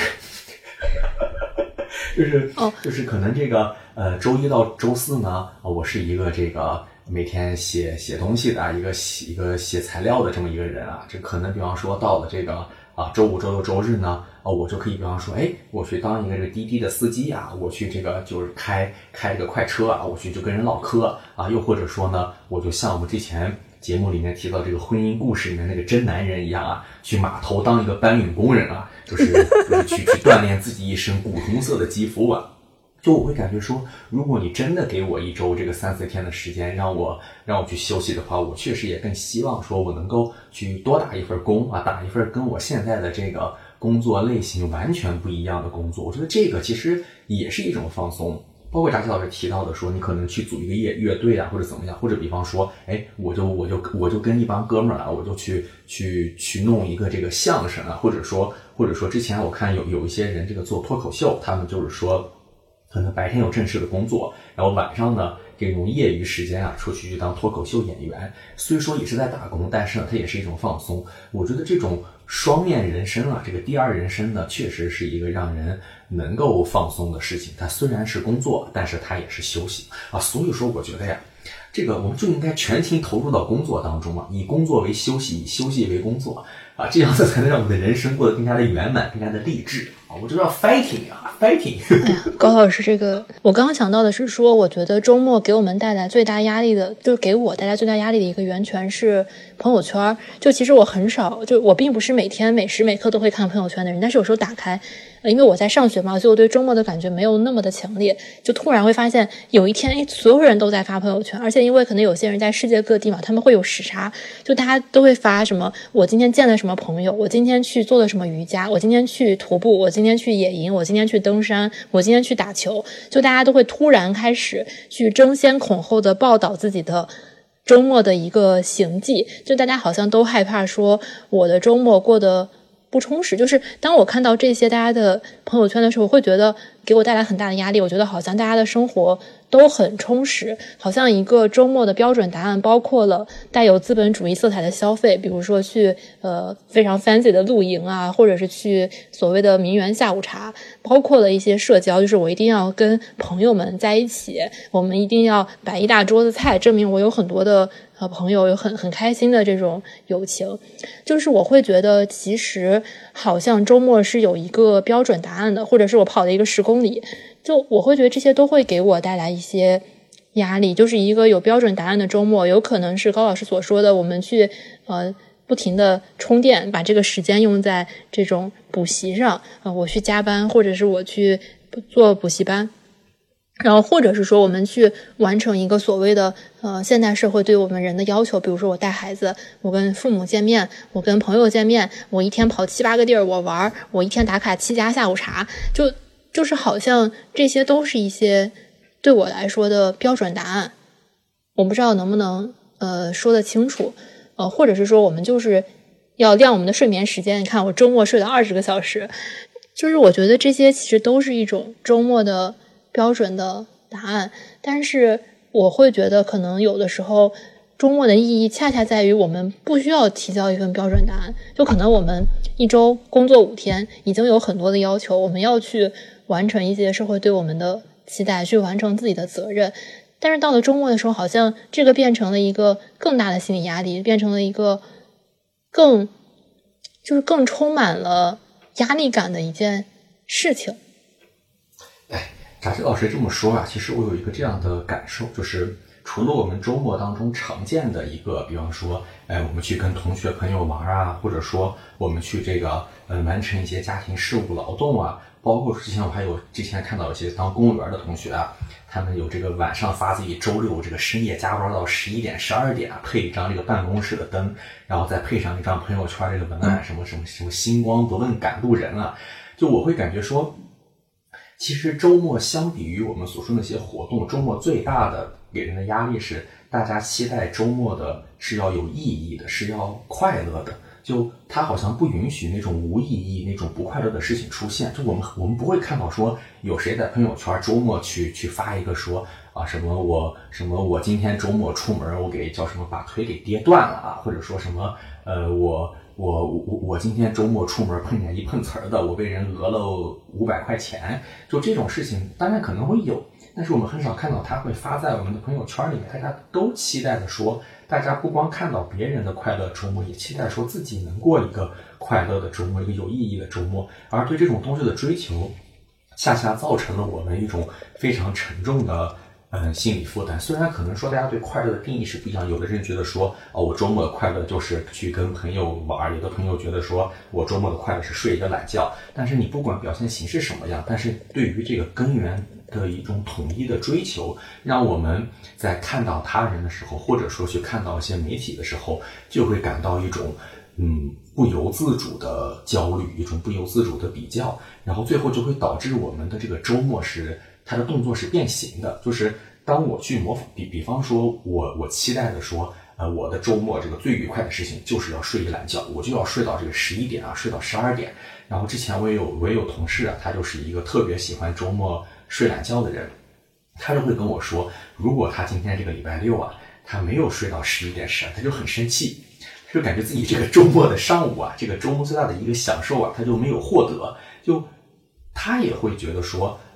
就是就是可能这个呃周一到周四呢，我是一个这个每天写写东西的一个一个写材料的这么一个人啊。这可能比方说到了这个啊周五周六周日呢，啊我就可以比方说，哎，我去当一个这个滴滴的司机啊，我去这个就是开开这个快车啊，我去就跟人唠嗑啊，又或者说呢，我就像我们之前节目里面提到这个婚姻故事里面那个真男人一样啊，去码头当一个搬运工人啊，就是就是去去锻炼自己一身古铜色的肌肤啊。就我会感觉说，如果你真的给我一周这个三四天的时间，让我让我去休息的话，我确实也更希望说我能够去多打一份工啊，打一份跟我现在的这个工作类型完全不一样的工作。我觉得这个其实也是一种放松。包括炸鸡老师提到的说，你可能去组一个乐乐队啊，或者怎么样，或者比方说，哎，我就我就我就跟一帮哥们儿啊，我就去去去弄一个这个相声啊，或者说或者说之前我看有有一些人这个做脱口秀，他们就是说可能白天有正式的工作，然后晚上呢这种业余时间啊出去去当脱口秀演员，虽说也是在打工，但是呢它也是一种放松。我觉得这种双面人生啊，这个第二人生呢，确实是一个让人能够放松的事情。它虽然是工作，但是它也是休息啊。所以说我觉得呀，这个我们就应该全情投入到工作当中嘛，以工作为休息，以休息为工作。 啊，这样子才能让我的人生过得更加的圆满，更加的励志啊！我就要 fighting 啊 ，fighting。 哎呀，高老师，这个我刚刚想到的是说，我觉得周末给我们带来最大压力的，就是给我带来最大压力的一个源泉是朋友圈。就其实我很少，就我并不是每天每时每刻都会看朋友圈的人，但是有时候打开。因为我在上学嘛，所以我对周末的感觉没有那么的强烈，就突然会发现有一天，哎，所有人都在发朋友圈，而且因为可能有些人在世界各地嘛，他们会有时差，就大家都会发什么，我今天见了什么朋友，我今天去做了什么瑜伽，我今天去徒步，我今天去野营，我今天去登山，我今天去打球，就大家都会突然开始去争先恐后的报道自己的周末的一个行迹，就大家好像都害怕说我的周末过得不充实，就是当我看到这些大家的朋友圈的时候，我会觉得给我带来很大的压力。我觉得好像大家的生活都很充实，好像一个周末的标准答案包括了带有资本主义色彩的消费，比如说去呃非常 fancy 的露营啊，或者是去所谓的名媛下午茶，包括了一些社交，就是我一定要跟朋友们在一起，我们一定要摆一大桌子菜，证明我有很多的呃朋友，有很很开心的这种友情。就是我会觉得其实好像周末是有一个标准答案的，或者是我跑了一个十公里，就我会觉得这些都会给我带来一些压力。就是一个有标准答案的周末，有可能是高老师所说的我们去呃不停的充电，把这个时间用在这种补习上，呃我去加班，或者是我去做补习班，然后或者是说我们去完成一个所谓的呃现代社会对我们人的要求，比如说我带孩子，我跟父母见面，我跟朋友见面，我一天跑七八个地儿我玩，我一天打卡七家下午茶，就就是好像这些都是一些对我来说的标准答案。我不知道能不能呃说得清楚，呃或者是说我们就是要量我们的睡眠时间，你看我周末睡了二十个小时，就是我觉得这些其实都是一种周末的标准的答案。但是我会觉得可能有的时候周末的意义恰恰在于我们不需要提交一份标准答案，就可能我们一周工作五天已经有很多的要求，我们要去完成一些社会对我们的期待，去完成自己的责任，但是到了周末的时候，好像这个变成了一个更大的心理压力，变成了一个更就是更充满了压力感的一件事情。 哎，查志老师这么说啊，其实我有一个这样的感受，就是除了我们周末当中常见的一个，比方说，哎，我们去跟同学朋友玩啊，或者说我们去这个呃完成一些家庭事务劳动啊，包括之前我还有之前看到一些当公务员的同学啊，他们有这个晚上发自己周六这个深夜加班到十一点、十二点啊，配一张这个办公室的灯，然后再配上一张朋友圈这个文案，什么什么什么星光不问赶路人啊，就我会感觉说，其实周末相比于我们所说的那些活动，周末最大的给人的压力是大家期待周末的是要有意义的，是要快乐的，就他好像不允许那种无意义、那种不快乐的事情出现。就我们我们不会看到说有谁在朋友圈周末去去发一个说啊什么我什么我今天周末出门我给叫什么把腿给跌断了啊，或者说什么呃我我我我今天周末出门碰见一碰瓷儿的，我被人讹了五百块钱，就这种事情当然可能会有，但是我们很少看到它会发在我们的朋友圈里面。大家都期待的说，大家不光看到别人的快乐周末，也期待说自己能过一个快乐的周末，一个有意义的周末。而对这种东西的追求，恰恰造成了我们一种非常沉重的嗯，心理负担。虽然可能说大家对快乐的定义是不一样，有的人觉得说哦，我周末的快乐就是去跟朋友玩，有的朋友觉得说我周末的快乐是睡一个懒觉。但是你不管表现形式什么样，但是对于这个根源的一种统一的追求，让我们在看到他人的时候，或者说去看到一些媒体的时候，就会感到一种嗯不由自主的焦虑，一种不由自主的比较，然后最后就会导致我们的这个周末是它的动作是变形的。就是当我去模仿，比比方说我我期待的说，呃，我的周末这个最愉快的事情就是要睡一懒觉，我就要睡到这个十一点啊，睡到十二点。然后之前我也有我也有同事啊，他就是一个特别喜欢周末睡懒觉的人，他就会跟我说，如果他今天这个礼拜六啊，他没有睡到十一点十二，他就很生气，他就感觉自己这个周末的上午啊，这个周末最大的一个享受啊，他就没有获得，就他也会觉得说，哎。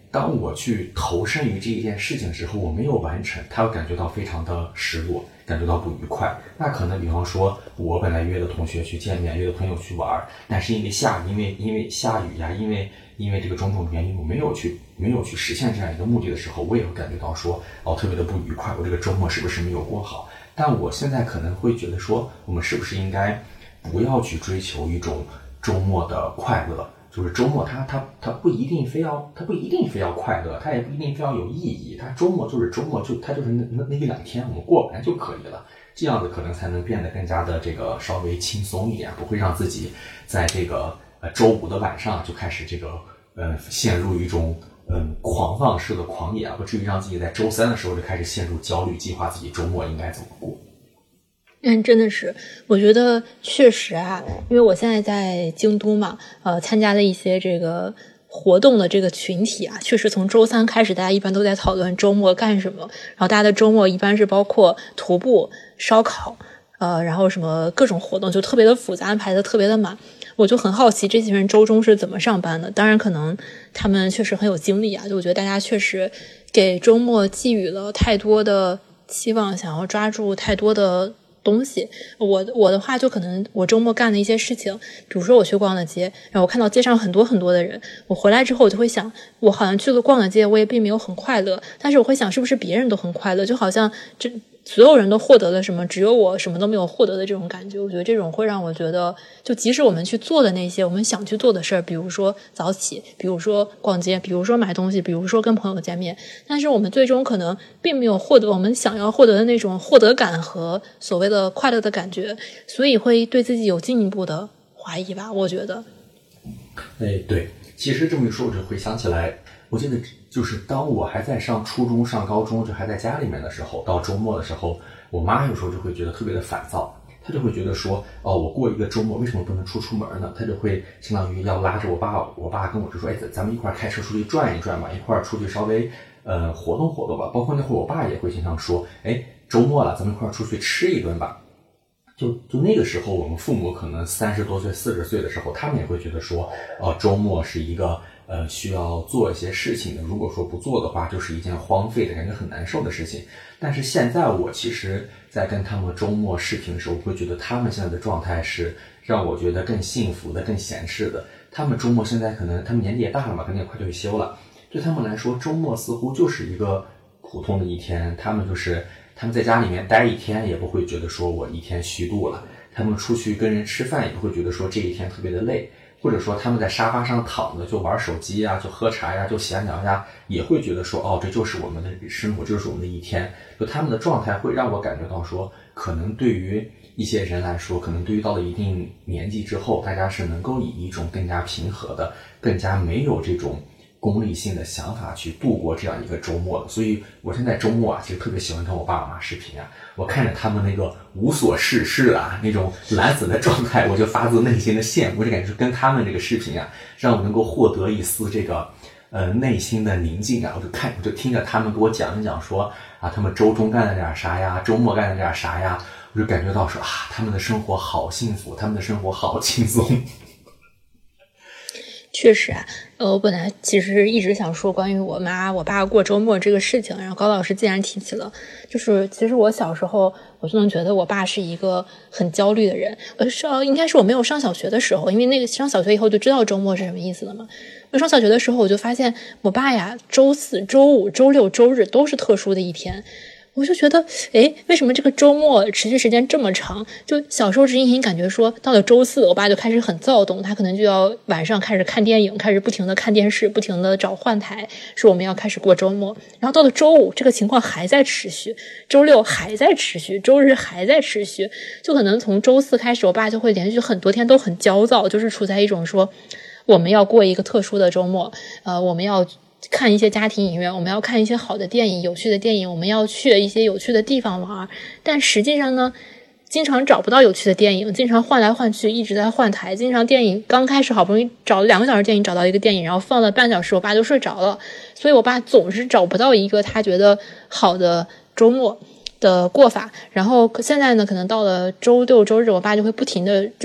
当我去投身于这一件事情的时候，我没有完成，他会感觉到非常的失落，感觉到不愉快。那可能比方说我本来约的同学去见面，约的朋友去玩，但是因为下因为因为下雨呀，因为因为这个种种原因，我没有去没有去实现这样一个目的的时候，我也会感觉到说哦特别的不愉快，我这个周末是不是没有过好？但我现在可能会觉得说，我们是不是应该不要去追求一种周末的快乐？就是周末它它它不一定非要它不一定非要快乐，它也不一定非要有意义。它周末就是周末，就它就是那那那一两天我们过完就可以了。这样子可能才能变得更加的这个稍微轻松一点，不会让自己在这个呃周五的晚上就开始这个呃陷入一种嗯狂放式的狂野啊，不至于让自己在周三的时候就开始陷入焦虑，计划自己周末应该怎么过。 嗯，真的是，我觉得确实啊，因为我现在在京都嘛，呃，参加了一些这个活动的这个群体啊，确实从周三开始，大家一般都在讨论周末干什么，然后大家的周末一般是包括徒步、烧烤，呃，然后什么各种活动，就特别的复杂，安排的特别的满。我就很好奇这些人周中是怎么上班的，当然可能他们确实很有精力啊，就我觉得大家确实给周末寄予了太多的期望，想要抓住太多的东西。我我的话就可能我周末干的一些事情，比如说我去逛了街，然后我看到街上很多很多的人，我回来之后我就会想，我好像去了逛了街，我也并没有很快乐，但是我会想是不是别人都很快乐，就好像这所有人都获得了什么，只有我什么都没有获得的这种感觉。我觉得这种会让我觉得，就即使我们去做的那些我们想去做的事儿，比如说早起，比如说逛街，比如说买东西，比如说跟朋友见面，但是我们最终可能并没有获得我们想要获得的那种获得感和所谓的快乐的感觉，所以会对自己有进一步的怀疑吧，我觉得。 哎，对，其实这么一说，我就回想起来，我记得就是当我还在上初中、上高中，就还在家里面的时候，到周末的时候，我妈有时候就会觉得特别的烦躁，她就会觉得说，哦，我过一个周末为什么不能出出门呢？她就会相当于要拉着我爸，我爸跟我就说，哎，咱们一块开车出去转一转吧，一块出去稍微呃活动活动吧。包括那会儿我爸也会经常说，哎，周末了，咱们一块出去吃一顿吧。就就那个时候，我们父母可能三十多岁、四十岁的时候，他们也会觉得说，呃，周末是一个呃需要做一些事情的。如果说不做的话，就是一件荒废的感觉很难受的事情。但是现在我其实，在跟他们周末视频的时候，我会觉得他们现在的状态是让我觉得更幸福的、更闲适的。他们周末现在可能他们年纪也大了嘛，可能也快退休了。对他们来说，周末似乎就是一个普通的一天，他们就是。他们在家里面待一天也不会觉得说我一天虚度了，他们出去跟人吃饭也不会觉得说这一天特别的累，或者说他们在沙发上躺着就玩手机呀，就喝茶呀，就闲聊呀，也会觉得说哦，这就是我们的生活，这就是我们的一天。就他们的状态会让我感觉到说，可能对于一些人来说，可能对于到了一定年纪之后，大家是能够以一种更加平和的、更加没有这种功利性的想法去度过这样一个周末的。所以我现在周末啊，其实特别喜欢跟我爸妈视频啊，我看着他们那个无所事事啊，那种懒散的状态，我就发自内心的羡慕，就感觉跟他们这个视频啊，让我能够获得一丝这个呃内心的宁静啊。我就看，我就听着他们给我讲一讲说啊，他们周中干了点啥呀，周末干了点啥呀，我就感觉到说啊，他们的生活好幸福，他们的生活好轻松。 确实啊，呃，我本来其实一直想说关于我妈我爸过周末这个事情，然后高老师既然提起了，就是其实我小时候我就能觉得我爸是一个很焦虑的人，呃，上应该是我没有上小学的时候，因为那个上小学以后就知道周末是什么意思了嘛。我上小学的时候我就发现我爸呀，周四、周五、周六、周日都是特殊的一天。我就觉得，诶，为什么这个周末持续时间这么长？就小时候只隐隐感觉说，到了周四，我爸就开始很躁动，他可能就要晚上开始看电影，开始不停的看电视，不停的找换台，说我们要开始过周末。然后到了周五，这个情况还在持续，周六还在持续，周日还在持续，就可能从周四开始，我爸就会连续很多天都很焦躁，就是处在一种说，我们要过一个特殊的周末，呃，我们要看一些家庭影院，我们要看一些好的电影，有趣的电影，我们要去一些有趣的地方玩。但实际上呢，经常找不到有趣的电影，经常换来换去，一直在换台，经常电影刚开始好不容易找了两个小时电影找到一个电影，然后放了半小时我爸就睡着了，所以我爸总是找不到一个他觉得好的周末的过法。然后现在呢，可能到了周六周日，我爸就会不停的就是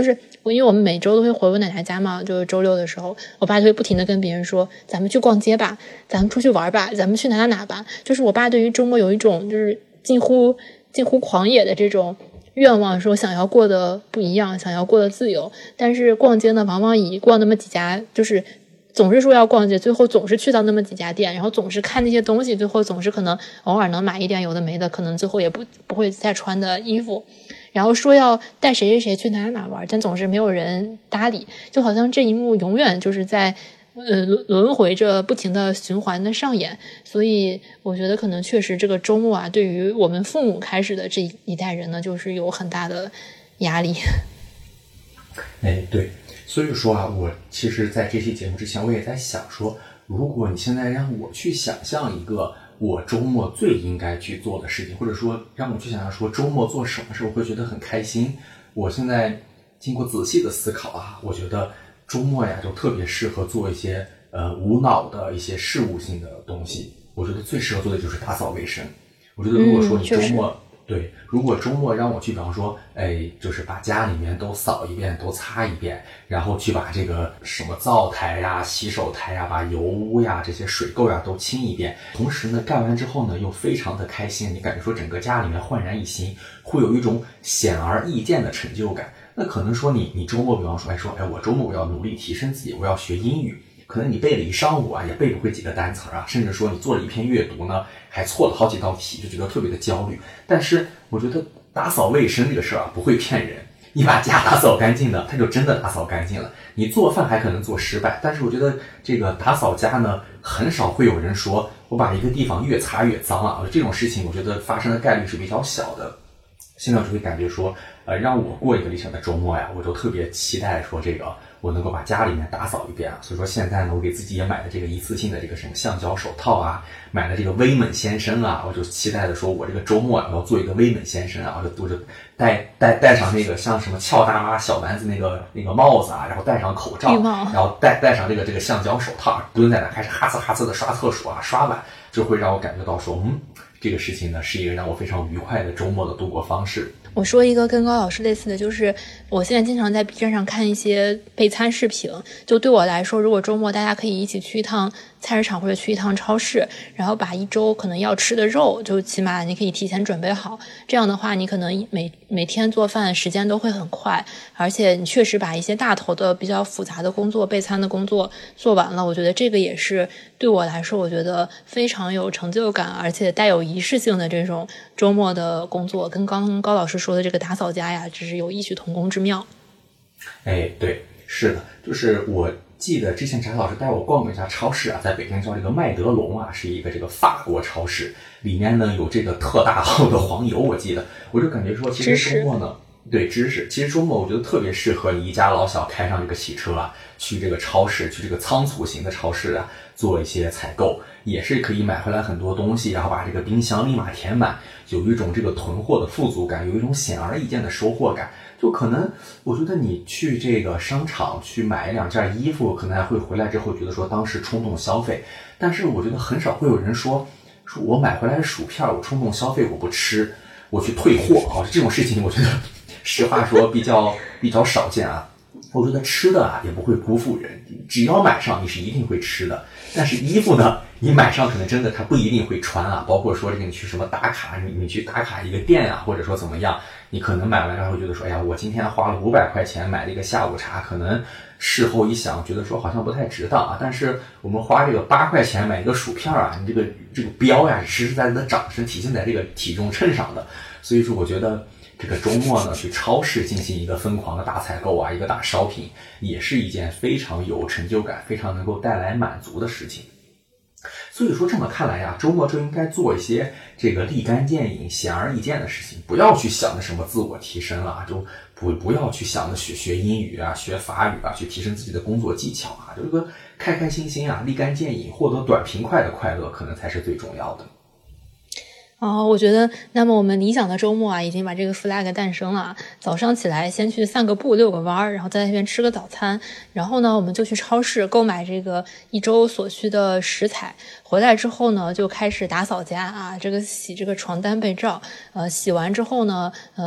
我因为我们每周都会回我奶奶家嘛，就是周六的时候，我爸就会不停的跟别人说，咱们去逛街吧，咱们出去玩吧，咱们去哪哪哪吧。就是我爸对于周末有一种就是近乎近乎狂野的这种愿望，说想要过得不一样，想要过得自由。但是逛街呢，往往以逛那么几家，就是总是说要逛街，最后总是去到那么几家店，然后总是看那些东西，最后总是可能偶尔能买一点有的没的，可能最后也不不会再穿的衣服。然后说要带谁谁谁去哪哪玩，但总是没有人搭理，就好像这一幕永远就是在呃轮轮回着不停的循环的上演。所以我觉得可能确实这个周末啊，对于我们父母开始的这一代人呢，就是有很大的压力。 哎，对，所以说啊，我其实在这期节目之前我也在想说，如果你现在让我去想象一个我周末最应该去做的事情，或者说让我去想想说周末做什么事我会觉得很开心，我现在经过仔细的思考啊，我觉得周末呀就特别适合做一些呃无脑的一些事务性的东西。我觉得最适合做的就是打扫卫生。我觉得如果说你周末、嗯对，如果周末让我去，比方说，哎，就是把家里面都扫一遍，都擦一遍，然后去把这个什么灶台呀、洗手台呀、把油污呀、这些水垢呀都清一遍。同时呢，干完之后呢，又非常的开心，你感觉说整个家里面焕然一新，会有一种显而易见的成就感。那可能说你，你周末比方说，哎说，哎，我周末我要努力提升自己，我要学英语。可能你背了一上午啊，也背不会几个单词啊，甚至说你做了一篇阅读呢，还错了好几道题，就觉得特别的焦虑。但是我觉得打扫卫生这个事儿啊，不会骗人。你把家打扫干净了，它就真的打扫干净了。你做饭还可能做失败，但是我觉得这个打扫家呢，很少会有人说我把一个地方越擦越脏啊，这种事情我觉得发生的概率是比较小的。现在我就会感觉说，呃，让我过一个理想的周末呀，我就特别期待说这个我能够把家里面打扫一遍啊。所以说现在呢，我给自己也买了这个一次性的这个什么橡胶手套啊，买了这个威猛先生啊，我就期待的说我这个周末我要做一个威猛先生啊，我就我就戴戴戴上那个像什么俏大妈小丸子那个那个帽子啊，然后戴上口罩，然后戴戴上这个这个橡胶手套，蹲在那开始哈呲哈呲的刷厕所啊，刷碗，就会让我感觉到说，嗯。这个事情呢，是一个让我非常愉快的周末的度过方式。 我说一个跟高老师类似的，就是我现在经常在 B 站上看一些备餐视频。就对我来说，如果周末大家可以一起去一趟菜市场或者去一趟超市，然后把一周可能要吃的肉，就起码你可以提前准备好。这样的话，你可能每每天做饭时间都会很快，而且你确实把一些大头的比较复杂的工作、备餐的工作做完了。我觉得这个也是对我来说，我觉得非常有成就感，而且带有仪式性的这种周末的工作，跟刚刚高老师说的这个打扫家呀，只是有异曲同工之妙。 哎，对，是的，就是我记得之前翟老师带我逛过一家超市啊，在北京叫这个麦德龙啊，是一个这个法国超市，里面呢有这个特大号的黄油，我记得，我就感觉说，其实周末呢，对，知识，其实周末我觉得特别适合一家老小开上这个汽车啊，去这个超市，去这个仓储型的超市啊，做一些采购，也是可以买回来很多东西，然后把这个冰箱立马填满，有一种这个囤货的富足感，有一种显而易见的收获感。就可能我觉得你去这个商场去买一两件衣服，可能还会回来之后觉得说当时冲动消费，但是我觉得很少会有人说说我买回来的薯片我冲动消费我不吃，我去退货啊，这种事情我觉得实话说比较比较少见啊。我觉得吃的啊也不会辜负人，只要买上你是一定会吃的。但是衣服呢，你买上可能真的它不一定会穿啊。包括说这个你去什么打卡，你你去打卡一个店啊，或者说怎么样，你可能买完然后觉得说，哎呀，我今天花了五百块钱买了一个下午茶，可能事后一想，觉得说好像不太值当啊。但是我们花这个八块钱买一个薯片啊，你这个这个标呀，实实在在的长，是体现在这个体重秤上的。所以说，我觉得。这个周末呢，去超市进行一个疯狂的大采购啊，一个大 shopping， 也是一件非常有成就感、非常能够带来满足的事情。所以说这么看来呀，周末就应该做一些这个立竿见影、显而易见的事情，不要去想着什么自我提升了，就不不要去想着学学英语啊、学法语啊，去提升自己的工作技巧啊，这个开开心心啊、立竿见影，获得短平快的快乐，可能才是最重要的。 哦，我觉得，那么我们理想的周末啊，已经把这个 flag 诞生了。早上起来先去散个步、遛个弯儿，然后在那边吃个早餐，然后呢，我们就去超市购买这个一周所需的食材。回来之后呢，就开始打扫家啊，这个洗这个床单被罩，呃，洗完之后呢，呃。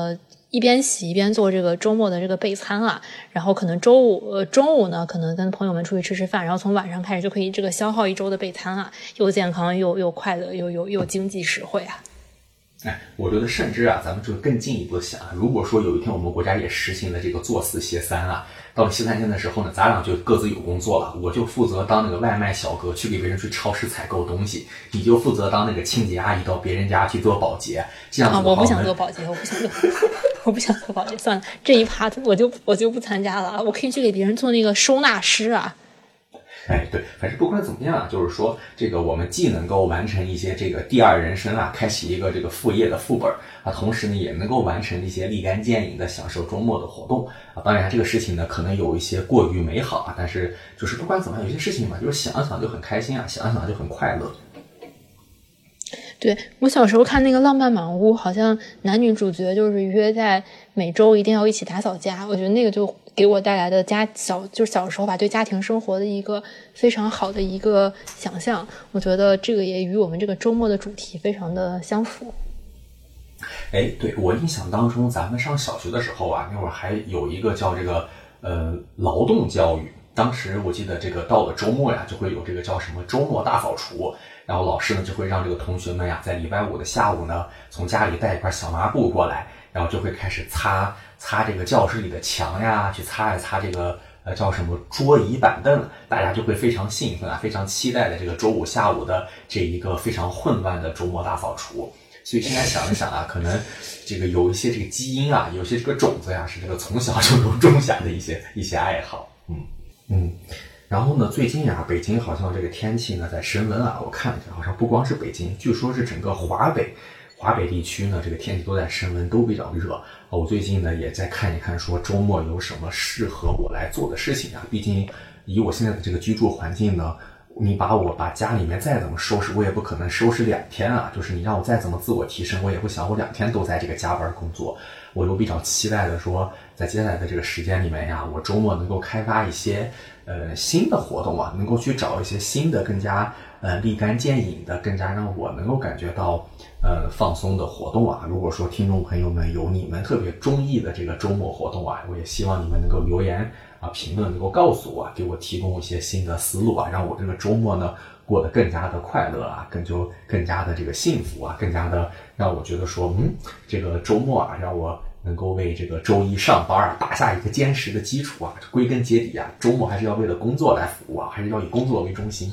一边洗一边做这个周末的这个备餐啊，然后可能周五呃中午呢可能跟朋友们出去吃吃饭，然后从晚上开始就可以这个消耗一周的备餐啊，又健康又又快乐又又又经济实惠啊。 哎，我觉得甚至啊，咱们就更进一步的想啊，如果说有一天我们国家也实行了这个做四歇三啊，到了西餐厅的时候呢，咱俩就各自有工作了，我就负责当那个外卖小哥去给别人去超市采购东西，你就负责当那个清洁阿姨到别人家去做保洁，这样子的话、 啊、我不想做保洁，我不想做，我不想做保洁，算了，这一趴我就我就不参加了，我可以去给别人做那个收纳师啊。 哎，对，反正不管怎么样啊，就是说，这个我们既能够完成一些这个第二人生啊，开启一个这个副业的副本啊，同时呢，也能够完成一些立竿见影的享受周末的活动啊。当然，这个事情呢，可能有一些过于美好啊，但是就是不管怎么样，有些事情嘛，就是想想就很开心啊，想想就很快乐。 对，我小时候看那个《浪漫满屋》，好像男女主角就是约在每周一定要一起打扫家，我觉得那个就给我带来的家小就是小时候吧对家庭生活的一个非常好的一个想象，我觉得这个也与我们这个周末的主题非常的相符。 哎，对，我印象当中，咱们上小学的时候啊，那会儿还有一个叫这个呃劳动教育。当时我记得这个到了周末呀，就会有这个叫什么周末大扫除，然后老师呢就会让这个同学们呀，在礼拜五的下午呢，从家里带一块小抹布过来，然后就会开始擦擦这个教室里的墙呀，去擦一擦这个呃叫什么桌椅板凳，大家就会非常兴奋啊，非常期待的这个周五下午的这一个非常混乱的周末大扫除。所以现在想一想啊，可能这个有一些这个基因啊，有些这个种子呀，是这个从小就有种下的一些一些爱好，嗯。嗯，然后呢，最近啊，北京好像这个天气呢在升温啊，我看了一下，好像不光是北京，据说是整个华北，华北地区呢这个天气都在升温，都比较热。我最近呢也在看一看，说周末有什么适合我来做的事情啊。毕竟以我现在的这个居住环境呢，你把我把家里面再怎么收拾，我也不可能收拾两天啊。就是你让我再怎么自我提升，我也不想我两天都在这个加班工作。我又比较期待的说，在接下来的这个时间里面呀，我周末能够开发一些呃新的活动啊，能够去找一些新的、更加呃立竿见影的、更加让我能够感觉到呃放松的活动啊。如果说听众朋友们有你们特别中意的这个周末活动啊，我也希望你们能够留言啊、评论，能够告诉我，给我提供一些新的思路啊，让我这个周末呢过得更加的快乐啊，更就更加的这个幸福啊，更加的让我觉得说，嗯，这个周末啊，让我能够为这个周一上班啊打下一个坚实的基础啊。归根结底啊，周末还是要为了工作来服务啊，还是要以工作为中心。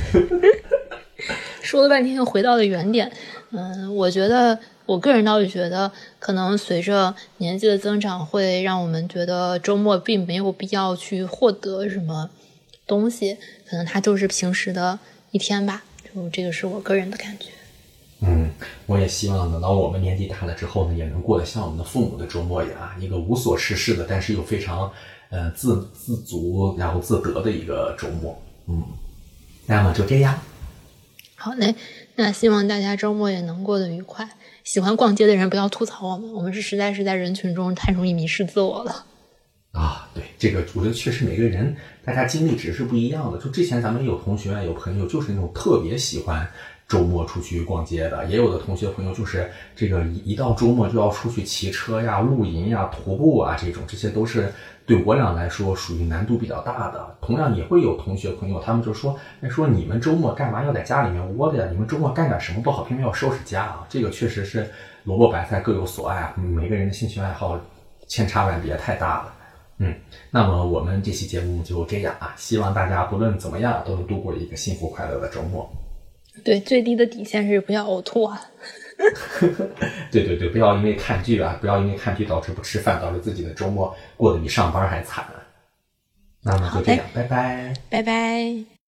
说了半天又回到了原点。嗯，我觉得我个人倒是觉得，可能随着年纪的增长，会让我们觉得周末并没有必要去获得什么东西，可能它就是平时的一天吧。就这个是我个人的感觉。 嗯，我也希望等到我们年纪大了之后呢，也能过得像我们的父母的周末一样啊，一个无所事事的，但是又非常呃自自足然后自得的一个周末。嗯，那么就这样。 好嘞，那希望大家周末也能过得愉快。喜欢逛街的人不要吐槽我们，我们是实在是在人群中太容易迷失自我了。 啊，对，这个我觉得确实每个人大家经历值是不一样的。就之前咱们有同学有朋友就是那种特别喜欢周末出去逛街的，也有的同学朋友就是这个一一到周末就要出去骑车呀、露营呀、徒步啊，这种这些都是对我俩来说属于难度比较大的。同样也会有同学朋友，他们就说，哎，说你们周末干嘛要在家里面窝着呀？你们周末干点什么不好，偏偏要收拾家啊？这个确实是萝卜白菜各有所爱啊，每个人的兴趣爱好千差万别太大了。嗯，那么我们这期节目就这样啊，希望大家不论怎么样都能度过一个幸福快乐的周末。 对，最低的底线是不要呕吐啊。 对对对，不要因为看剧啊，不要因为看剧导致不吃饭，导致自己的周末过得比上班还惨。那么就这样，拜拜， 拜拜。